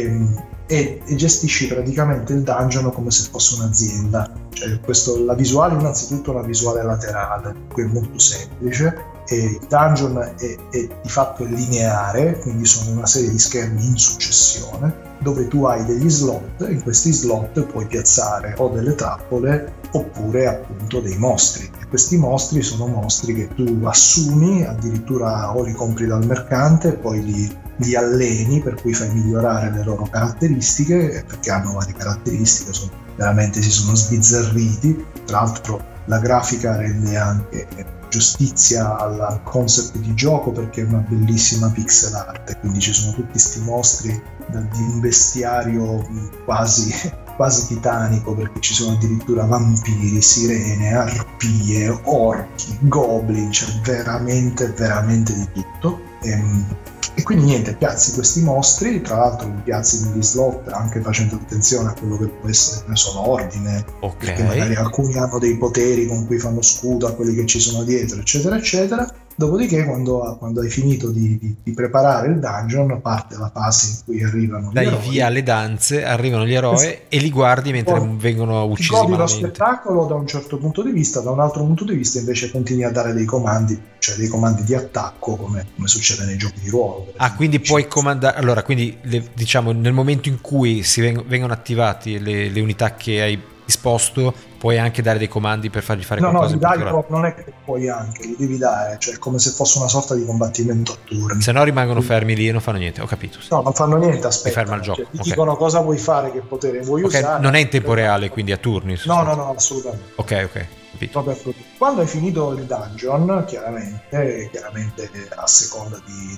e gestisci praticamente il dungeon come se fosse un'azienda. Cioè la visuale, innanzitutto, è una visuale laterale, che è molto semplice, e il dungeon è di fatto lineare, quindi sono una serie di schermi in successione dove tu hai degli slot. In questi slot puoi piazzare o delle trappole oppure appunto dei mostri, e questi mostri sono mostri che tu assumi, addirittura o li compri dal mercante, poi li alleni, per cui fai migliorare le loro caratteristiche, perché hanno varie caratteristiche, veramente si sono sbizzarriti. Tra l'altro la grafica rende anche giustizia al concept di gioco, perché è una bellissima pixel art, quindi ci sono tutti sti mostri di un bestiario quasi titanico, perché ci sono addirittura vampiri, sirene, arpie, orchi, goblin, cioè veramente di tutto. E quindi niente, piazzi questi mostri, tra l'altro li piazzi negli slot anche facendo attenzione a quello che può essere, ne so, l'ordine, perché magari alcuni hanno dei poteri con cui fanno scudo a quelli che ci sono dietro, eccetera eccetera. Dopodiché, quando hai finito di preparare il dungeon, parte la fase in cui arrivano gli Dai eroi. via alle danze, arrivano gli eroi e li guardi mentre vengono Ti uccisi godi lo malamente. spettacolo da un certo punto di vista, da un altro punto di vista invece continui a dare dei comandi, cioè dei comandi di attacco, come succede nei giochi di ruolo, per Ah, esempio. quindi puoi comandare. Allora, quindi diciamo nel momento in cui vengono attivati le unità che hai disposto, puoi anche dare dei comandi per fargli fare No, qualcosa li in dai particolare. proprio, non è che puoi anche, li devi dare, cioè è come se fosse una sorta di combattimento a turni. Se no rimangono fermi lì e non fanno niente. Ho capito. Sì. No, non fanno niente, Mi ferma il aspettano, gioco. cioè, ti Ok. dicono cosa vuoi fare, che potere vuoi Ok, usare. non è in tempo reale, quindi a turni. No, no, no, assolutamente. Ok, capito. Quando hai finito il dungeon, chiaramente a seconda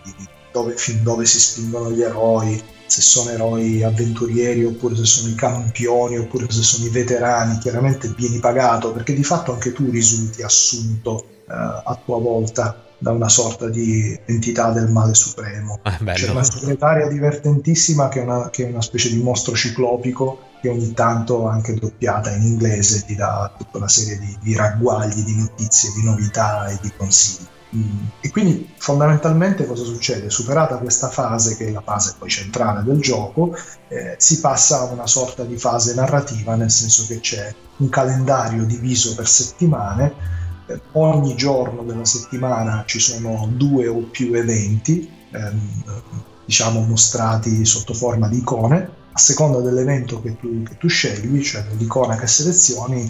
fin dove si spingono gli eroi, se sono eroi avventurieri oppure se sono i campioni oppure se sono i veterani, chiaramente vieni pagato perché di fatto anche tu risulti assunto a tua volta da una sorta di entità del male supremo. C'è una segretaria divertentissima che è una specie di mostro ciclopico che ogni tanto, anche doppiata in inglese, ti dà tutta una serie di ragguagli, di notizie, di novità e di consigli. E quindi fondamentalmente cosa succede? Superata questa fase, che è la fase poi centrale del gioco, si passa a una sorta di fase narrativa, nel senso che c'è un calendario diviso per settimane. Ogni giorno della settimana ci sono 2 o più eventi, diciamo mostrati sotto forma di icone. A seconda dell'evento che tu scegli, cioè l'icona che selezioni,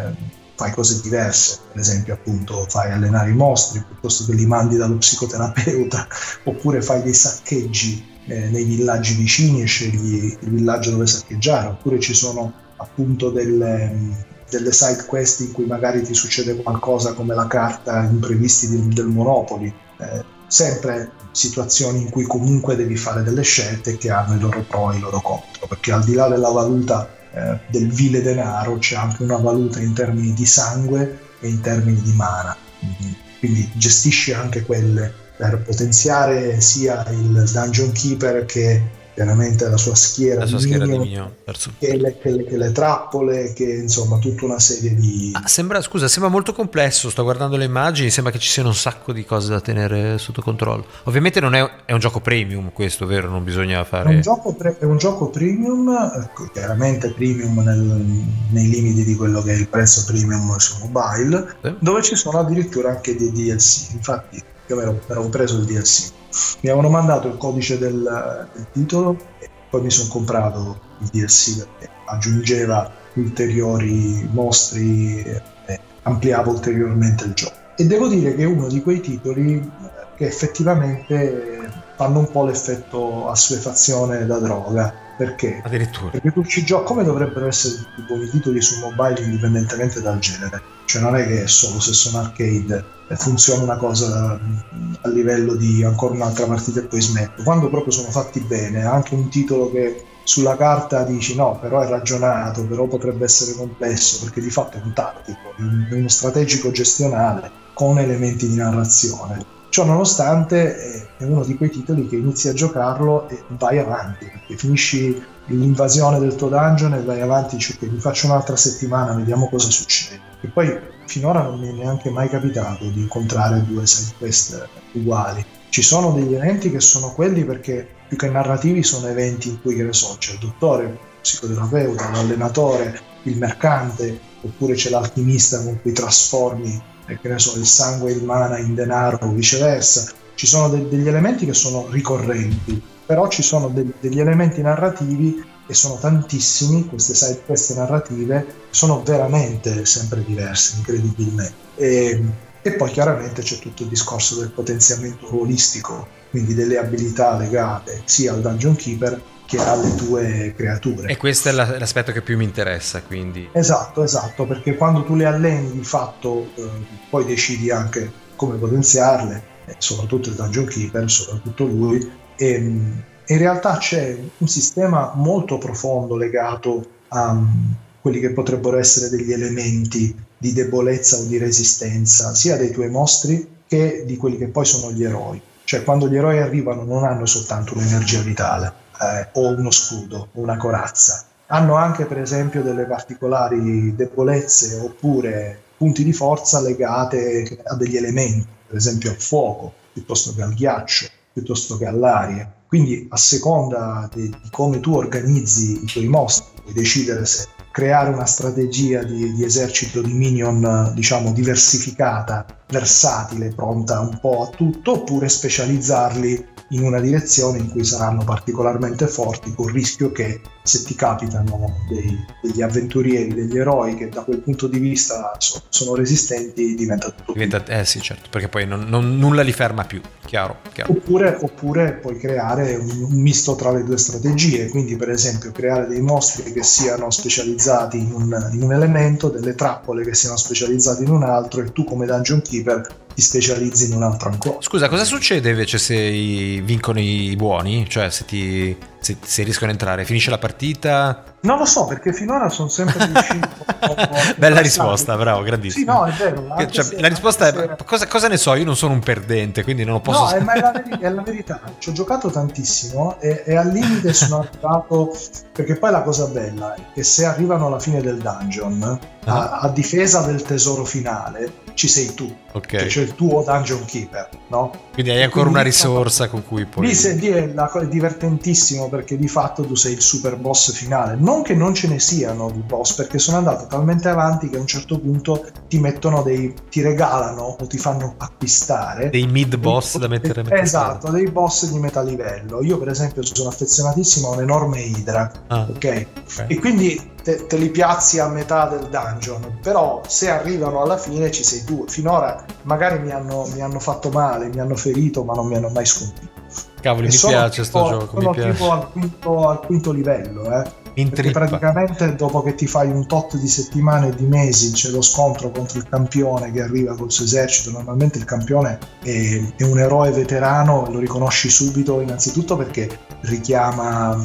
fai cose diverse. Per esempio, appunto, fai allenare i mostri piuttosto che li mandi dallo psicoterapeuta, oppure fai dei saccheggi nei villaggi vicini e scegli il villaggio dove saccheggiare, oppure ci sono appunto delle side quest in cui magari ti succede qualcosa come la carta imprevisti del Monopoly, sempre situazioni in cui comunque devi fare delle scelte che hanno i loro pro e i loro contro, perché al di là della valuta del vile denaro c'è anche una valuta in termini di sangue e in termini di mana, quindi gestisci anche quelle per potenziare sia il Dungeon Keeper che veramente la sua schiera di minion, che le trappole, che insomma tutta una serie di... Sembra molto complesso, sto guardando le immagini, sembra che ci siano un sacco di cose da tenere sotto controllo. Ovviamente non è un gioco premium questo, vero? Non bisogna fare... È un gioco premium, chiaramente premium nei limiti di quello che è il prezzo premium su mobile, dove ci sono addirittura anche dei DLC. Infatti io mi ero preso il DLC. Mi avevano mandato il codice del titolo e poi mi sono comprato il DLC perché aggiungeva ulteriori mostri e ampliava ulteriormente il gioco. E devo dire che è uno di quei titoli che effettivamente fanno un po' l'effetto assuefazione da droga. Perché? Addirittura. Perché tu ci giochi come dovrebbero essere tutti i buoni titoli su mobile indipendentemente dal genere. Cioè non è che solo se sono arcade funziona una cosa a livello di ancora un'altra partita e poi smetto. Quando proprio sono fatti bene, anche un titolo che sulla carta dici no, però è ragionato, però potrebbe essere complesso, perché di fatto è un tattico, è uno strategico gestionale con elementi di narrazione. Ciò nonostante è uno di quei titoli che inizi a giocarlo e vai avanti, perché finisci l'invasione del tuo dungeon e vai avanti, cioè che mi faccio un'altra settimana, vediamo cosa succede. E poi finora non mi è neanche mai capitato di incontrare 2 side quest uguali. Ci sono degli eventi che sono quelli perché più che narrativi sono eventi in cui, che ne so, c'è il dottore, il psicoterapeuta, l'allenatore, il mercante, oppure c'è l'alchimista con cui trasformi che ne so, il sangue e il mana in denaro o viceversa. Ci sono degli elementi che sono ricorrenti, però ci sono degli elementi narrativi e sono tantissimi, queste side quest narrative sono veramente sempre diverse, incredibilmente. E poi chiaramente c'è tutto il discorso del potenziamento ruolistico, quindi delle abilità legate sia al Dungeon Keeper che alle tue creature. E questo è l'aspetto che più mi interessa, quindi. Esatto, perché quando tu le alleni di fatto poi decidi anche come potenziarle, soprattutto il Dungeon Keeper, soprattutto lui, e in realtà c'è un sistema molto profondo legato a quelli che potrebbero essere degli elementi di debolezza o di resistenza, sia dei tuoi mostri che di quelli che poi sono gli eroi. Cioè quando gli eroi arrivano non hanno soltanto un'energia vitale, o uno scudo o una corazza, hanno anche per esempio delle particolari debolezze oppure punti di forza legate a degli elementi. per esempio al fuoco, piuttosto che al ghiaccio, piuttosto che all'aria. Quindi a seconda di come tu organizzi i tuoi mostri, puoi decidere se creare una strategia di esercito di minion, diciamo, diversificata, versatile, pronta un po' a tutto, oppure specializzarli in una direzione in cui saranno particolarmente forti, col rischio che se ti capitano degli avventurieri, degli eroi che da quel punto di vista sono resistenti, diventa tutto sì, certo, perché poi nulla li ferma più, chiaro. Oppure puoi creare un misto tra le due strategie, quindi per esempio creare dei mostri che siano specializzati in un elemento, delle trappole che siano specializzate in un altro, e tu come Dungeon Keeper ti specializzi in un altro ancora. Scusa, cosa succede invece se vincono i buoni? Cioè se riescono a entrare, finisce la partita? Non lo so, perché finora sono sempre riuscito. Bella risposta, bravo, grandissimo. Sì, no, è vero. La risposta è cosa ne so, io non sono un perdente, quindi non lo posso. No, ma è la verità. Ci ho giocato tantissimo e al limite sono arrivato, perché poi la cosa bella è che se arrivano alla fine del dungeon, a difesa del tesoro finale, ci sei tu, che c'è il tuo Dungeon Keeper, no? Quindi hai ancora una risorsa con cui puoi... Lì è divertentissimo, perché di fatto tu sei il super boss finale. Non che non ce ne siano di boss, perché sono andato talmente avanti che a un certo punto ti regalano o ti fanno acquistare dei mid boss da mettere a metà. Esatto, dei boss di metà livello. Io per esempio sono affezionatissimo a un enorme Hydra, ok? E quindi te li piazzi a metà del dungeon, però se arrivano alla fine ci sei tu. Finora magari mi hanno fatto male, mi hanno ferito, ma non mi hanno mai sconfitto. Cavoli, mi piace sto gioco, mi piace. Tipo al quinto livello, perché praticamente dopo che ti fai un tot di settimane e di mesi c'è lo scontro contro il campione che arriva col suo esercito. Normalmente il campione è un eroe veterano, lo riconosci subito, innanzitutto perché richiama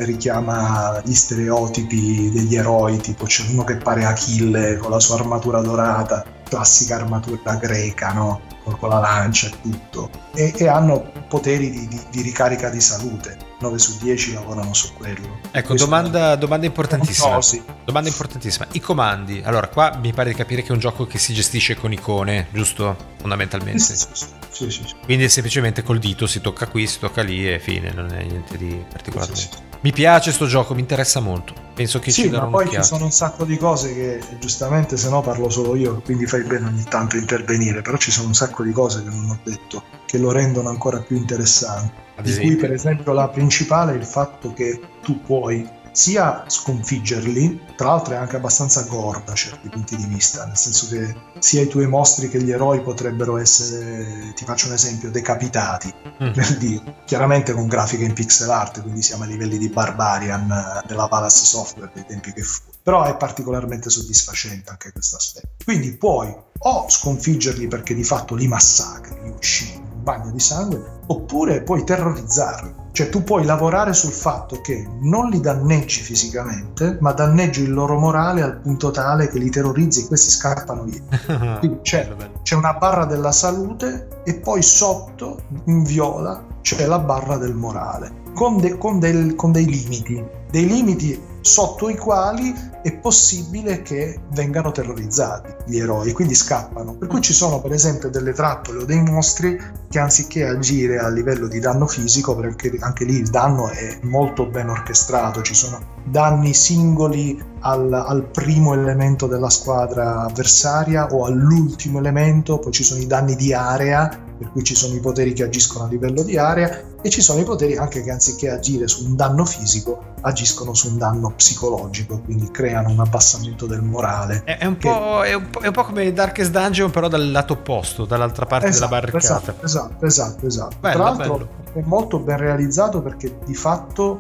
gli stereotipi degli eroi, tipo c'è uno che pare Achille con la sua armatura dorata, classica armatura greca, no? Con la lancia e tutto, e hanno poteri di ricarica di salute. 9 su 10 lavorano su quello. Ecco, domanda importantissima. Domanda importantissima. I comandi. Allora, qua mi pare di capire che è un gioco che si gestisce con icone, giusto? Fondamentalmente. Sì. Quindi semplicemente col dito si tocca qui, si tocca lì e fine, non è niente di particolare. Sì. Mi piace sto gioco, mi interessa molto. Penso che ci darò un'occhiata. Ma poi ci sono un sacco di cose che giustamente se no parlo solo io, quindi fai bene ogni tanto intervenire, però ci sono un sacco di cose che non ho detto che lo rendono ancora più interessante. Di cui per esempio la principale è il fatto che tu puoi sia sconfiggerli, tra l'altro è anche abbastanza gore da certi punti di vista, nel senso che sia i tuoi mostri che gli eroi potrebbero essere, ti faccio un esempio, decapitati, per dire, chiaramente con grafiche in pixel art, quindi siamo a livelli di Barbarian della Palace Software dei tempi che fu, però è particolarmente soddisfacente anche questo aspetto. Quindi puoi o sconfiggerli perché di fatto li massacri, li uccidi, un bagno di sangue, oppure puoi terrorizzarli. Cioè tu puoi lavorare sul fatto che non li danneggi fisicamente, ma danneggi il loro morale al punto tale che li terrorizzi e questi scappano via. Quindi c'è una barra della salute e poi sotto, in viola, c'è la barra del morale, con dei limiti sotto i quali è possibile che vengano terrorizzati gli eroi, quindi scappano. Per cui ci sono per esempio delle trappole o dei mostri che anziché agire a livello di danno fisico, perché anche lì il danno è molto ben orchestrato, ci sono danni singoli al primo elemento della squadra avversaria o all'ultimo elemento, poi ci sono i danni di area, per cui ci sono i poteri che agiscono a livello di area e ci sono i poteri anche che anziché agire su un danno fisico agiscono su un danno psicologico, quindi creano un abbassamento del morale. È un po' come Darkest Dungeon, però dal lato opposto, dall'altra parte della barricata. Esatto. Bello, Tra l'altro bello. è molto ben realizzato perché di fatto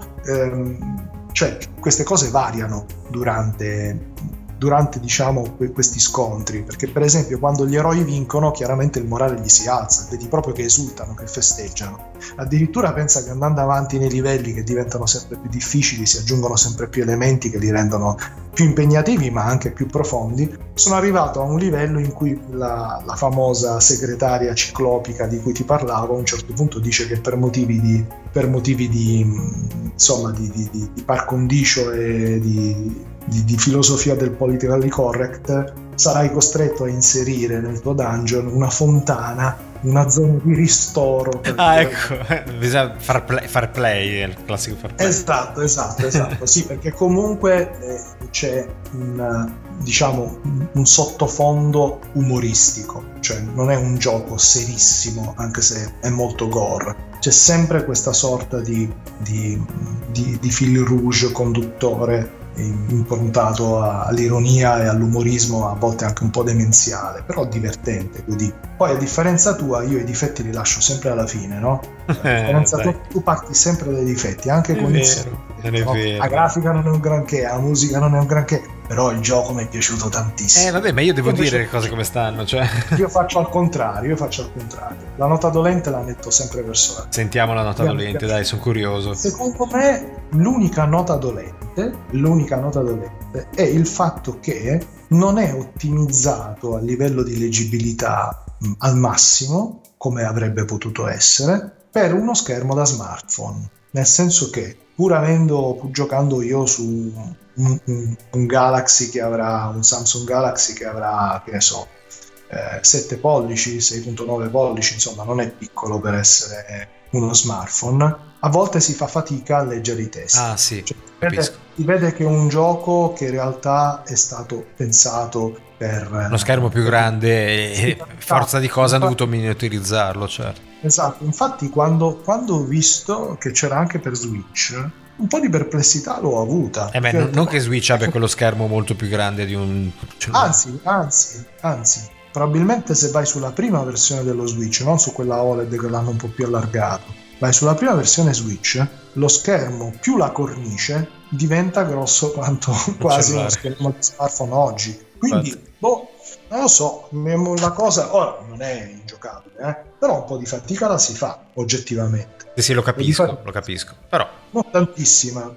cioè queste cose variano durante diciamo questi scontri, perché per esempio quando gli eroi vincono chiaramente il morale gli si alza, vedi proprio che esultano, che festeggiano. Addirittura pensa che andando avanti nei livelli che diventano sempre più difficili si aggiungono sempre più elementi che li rendono più impegnativi ma anche più profondi. Sono arrivato a un livello in cui la famosa segretaria ciclopica di cui ti parlavo a un certo punto dice che per motivi di par condicio e di filosofia del politically correct sarai costretto a inserire nel tuo dungeon una fontana una zona di ristoro. Ecco, bisogna far play, è il classico far play. Esatto, sì, perché comunque c'è diciamo un sottofondo umoristico, cioè non è un gioco serissimo, anche se è molto gore. C'è sempre questa sorta di fil rouge conduttore improntato all'ironia e all'umorismo, a volte anche un po' demenziale, però divertente. Quindi poi, a differenza tua, io i difetti li lascio sempre alla fine, no? A differenza tu parti sempre dai difetti, anche con la grafica non è un granché, la musica non è un granché, però il gioco mi è piaciuto tantissimo. Vabbè, ma io devo dire le cose come stanno, cioè. Io faccio al contrario. La nota dolente la metto sempre verso la... Sentiamo la nota dolente, dai, sono curioso. Secondo me l'unica nota dolente è il fatto che non è ottimizzato a livello di leggibilità al massimo, come avrebbe potuto essere, per uno schermo da smartphone. Nel senso che, pur giocando io su un Galaxy che avrà, un Samsung Galaxy che avrà, che ne so, 7 pollici, 6.9 pollici, insomma non è piccolo per essere uno smartphone, a volte si fa fatica a leggere i testi. Ah sì, cioè, si vede che è un gioco che in realtà è stato pensato per uno schermo più grande e forza di cosa hanno dovuto miniaturizzarlo, certo. Esatto, infatti quando ho visto che c'era anche per Switch, un po' di perplessità l'ho avuta. Non che Switch abbia quello schermo molto più grande di un... Anzi, probabilmente se vai sulla prima versione dello Switch, non su quella OLED che l'hanno un po' più allargato, vai sulla prima versione Switch, lo schermo più la cornice diventa grosso quanto quasi uno schermo di smartphone oggi. Quindi, non lo so, la cosa ora non è ingiocabile, però un po' di fatica la si fa oggettivamente. Sì, lo capisco, però non tantissima,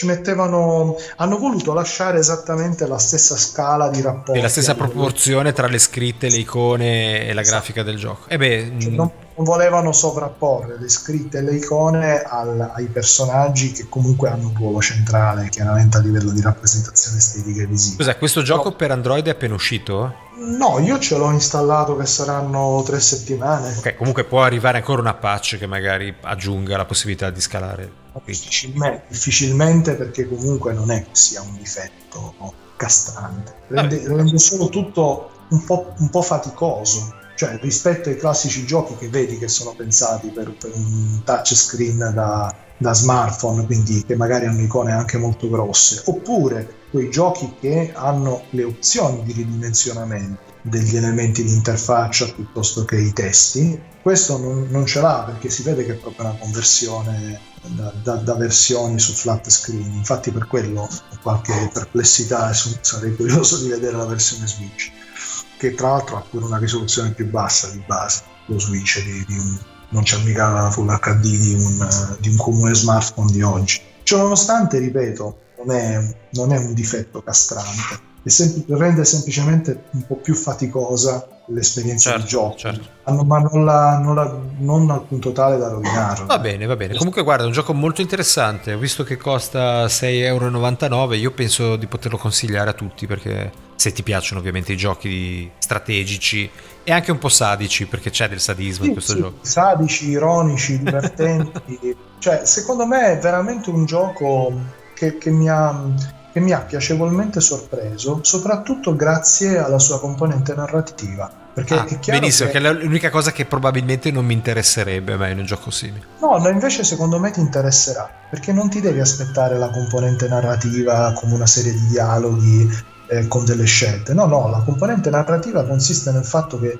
hanno voluto lasciare esattamente la stessa scala di rapporti e la stessa proporzione tra le scritte, le icone e la grafica del gioco. Non volevano sovrapporre le scritte e le icone ai personaggi, che comunque hanno un ruolo centrale chiaramente a livello di rappresentazione estetica e visiva. Scusa, questo gioco per Android è appena uscito? No, io ce l'ho installato che saranno 3 settimane. Ok, comunque può arrivare ancora una patch che magari aggiunga la possibilità di scalare. Difficilmente, perché comunque non è che sia un difetto castrante, rende solo tutto un po' faticoso, cioè rispetto ai classici giochi che vedi che sono pensati per un touchscreen da smartphone, quindi che magari hanno icone anche molto grosse, oppure quei giochi che hanno le opzioni di ridimensionamento degli elementi di interfaccia piuttosto che i testi. Questo non ce l'ha, perché si vede che è proprio una conversione da versioni su flat screen. Infatti per quello ho qualche perplessità e sarei curioso di vedere la versione Switch, che tra l'altro ha pure una risoluzione più bassa di base. Lo Switch non c'è mica la Full HD di un comune smartphone di oggi. Ciò ripeto, non è un difetto castrante, rende semplicemente un po' più faticosa l'esperienza di gioco, ma non al punto tale da rovinarlo. Va bene. Comunque guarda, è un gioco molto interessante. Ho visto che costa 6,99 €, io penso di poterlo consigliare a tutti, perché se ti piacciono ovviamente i giochi strategici e anche un po' sadici, perché c'è del sadismo in questo gioco. Sadici, ironici, divertenti. Cioè, secondo me è veramente un gioco che mi ha piacevolmente sorpreso, soprattutto grazie alla sua componente narrativa. Perché è chiaro benissimo, che è l'unica cosa che probabilmente non mi interesserebbe mai in un gioco simile. No, invece secondo me ti interesserà, perché non ti devi aspettare la componente narrativa come una serie di dialoghi con delle scelte. No, la componente narrativa consiste nel fatto che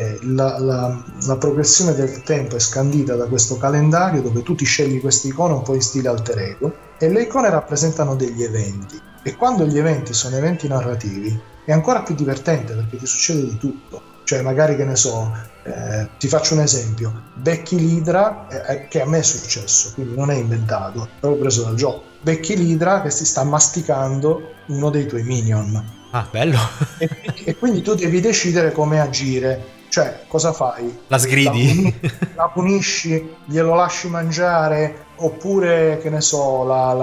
la progressione del tempo è scandita da questo calendario dove tu ti scegli queste icone un po' in stile alter ego, e le icone rappresentano degli eventi, e quando gli eventi sono eventi narrativi è ancora più divertente, perché ti succede di tutto. Cioè magari, che ne so, ti faccio un esempio, becchi l'idra, che a me è successo, quindi non è inventato, è proprio preso dal gioco. Becchi l'idra che si sta masticando uno dei tuoi minion. Ah, bello. e quindi tu devi decidere come agire. Cioè, cosa fai? La sgridi? La punisci, glielo lasci mangiare, oppure, che ne so,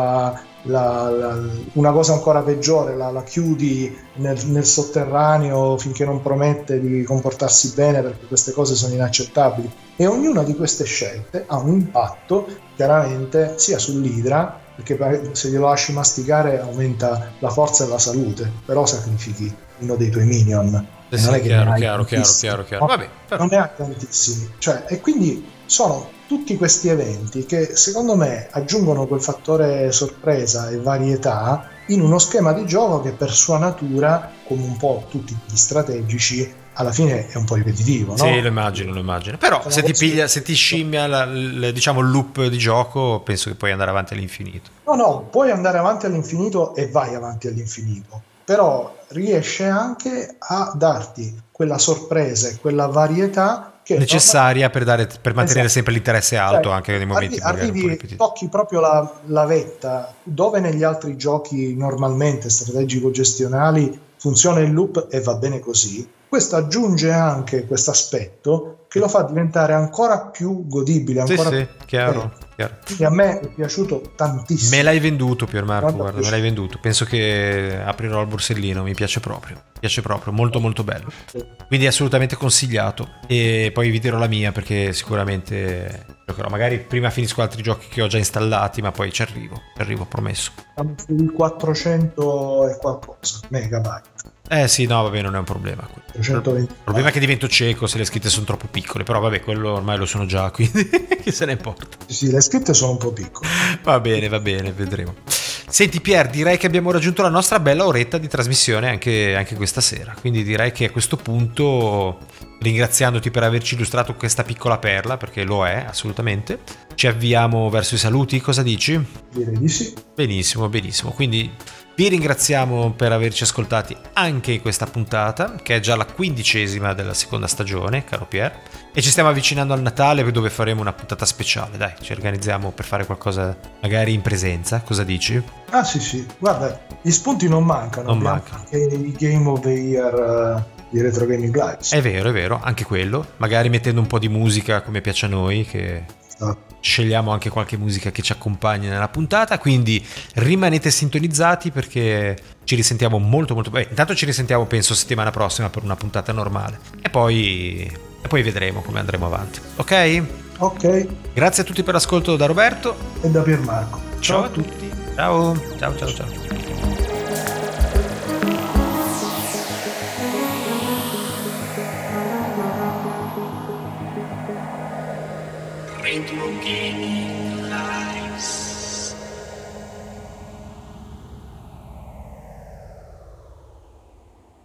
una cosa ancora peggiore, la chiudi nel sotterraneo finché non promette di comportarsi bene, perché queste cose sono inaccettabili. E ognuna di queste scelte ha un impatto chiaramente sia sull'idra, perché se glielo lasci masticare aumenta la forza e la salute, però sacrifichi uno dei tuoi minion. Sì, Non è che chiaro. no, Vabbè, non ne ha tantissimi, cioè, e quindi sono tutti questi eventi che secondo me aggiungono quel fattore sorpresa e varietà in uno schema di gioco che per sua natura, come un po' tutti gli strategici, alla fine è un po' ripetitivo, no? Sì, lo immagino. Però se ti scimmia diciamo il loop di gioco, penso che puoi andare avanti all'infinito. No, puoi andare avanti all'infinito e vai avanti all'infinito, però riesce anche a darti quella sorpresa e quella varietà che necessaria per mantenere esatto, sempre l'interesse alto, cioè, anche nei momenti arrivi, tocchi proprio la vetta, dove negli altri giochi normalmente strategico-gestionali funziona il loop e va bene così. Questo aggiunge anche questo aspetto che lo fa diventare ancora più godibile, ancora più chiaro. Quindi a me è piaciuto tantissimo. Me l'hai venduto, Piermarco, guarda, me l'hai venduto. Penso che aprirò il borsellino, mi piace proprio, molto molto bello. Quindi è assolutamente consigliato, e poi vi dirò la mia, perché sicuramente giocherò. Magari prima finisco altri giochi che ho già installati, ma poi ci arrivo, promesso. Siamo sui 400 e qualcosa megabyte. Sì, no, vabbè, non è un problema. 320. Il problema è che divento cieco se le scritte sono troppo piccole, però vabbè, quello ormai lo sono già, quindi chi se ne importa. Sì, le scritte sono un po' piccole. Va bene, vedremo. Senti Pier, direi che abbiamo raggiunto la nostra bella oretta di trasmissione anche questa sera, quindi direi che a questo punto, ringraziandoti per averci illustrato questa piccola perla, perché lo è assolutamente, ci avviamo verso i saluti, cosa dici? Direi di sì. Benissimo, quindi vi ringraziamo per averci ascoltati anche in questa puntata, che è già la 15ª della seconda stagione, caro Pier, e ci stiamo avvicinando al Natale, dove faremo una puntata speciale. Dai, ci organizziamo per fare qualcosa magari in presenza, cosa dici? Ah sì, guarda, gli spunti non mancano. Non mancano. Anche i Game of the Year di Retro Gaming Lives. È vero, anche quello, magari mettendo un po' di musica come piace a noi, che... Scegliamo anche qualche musica che ci accompagna nella puntata, quindi rimanete sintonizzati, perché ci risentiamo molto bene. Intanto ci risentiamo penso settimana prossima per una puntata normale e poi vedremo come andremo avanti. Ok? Grazie a tutti per l'ascolto da Roberto e da Piermarco. Ciao a tutti. Ciao. Retro Gaming Live.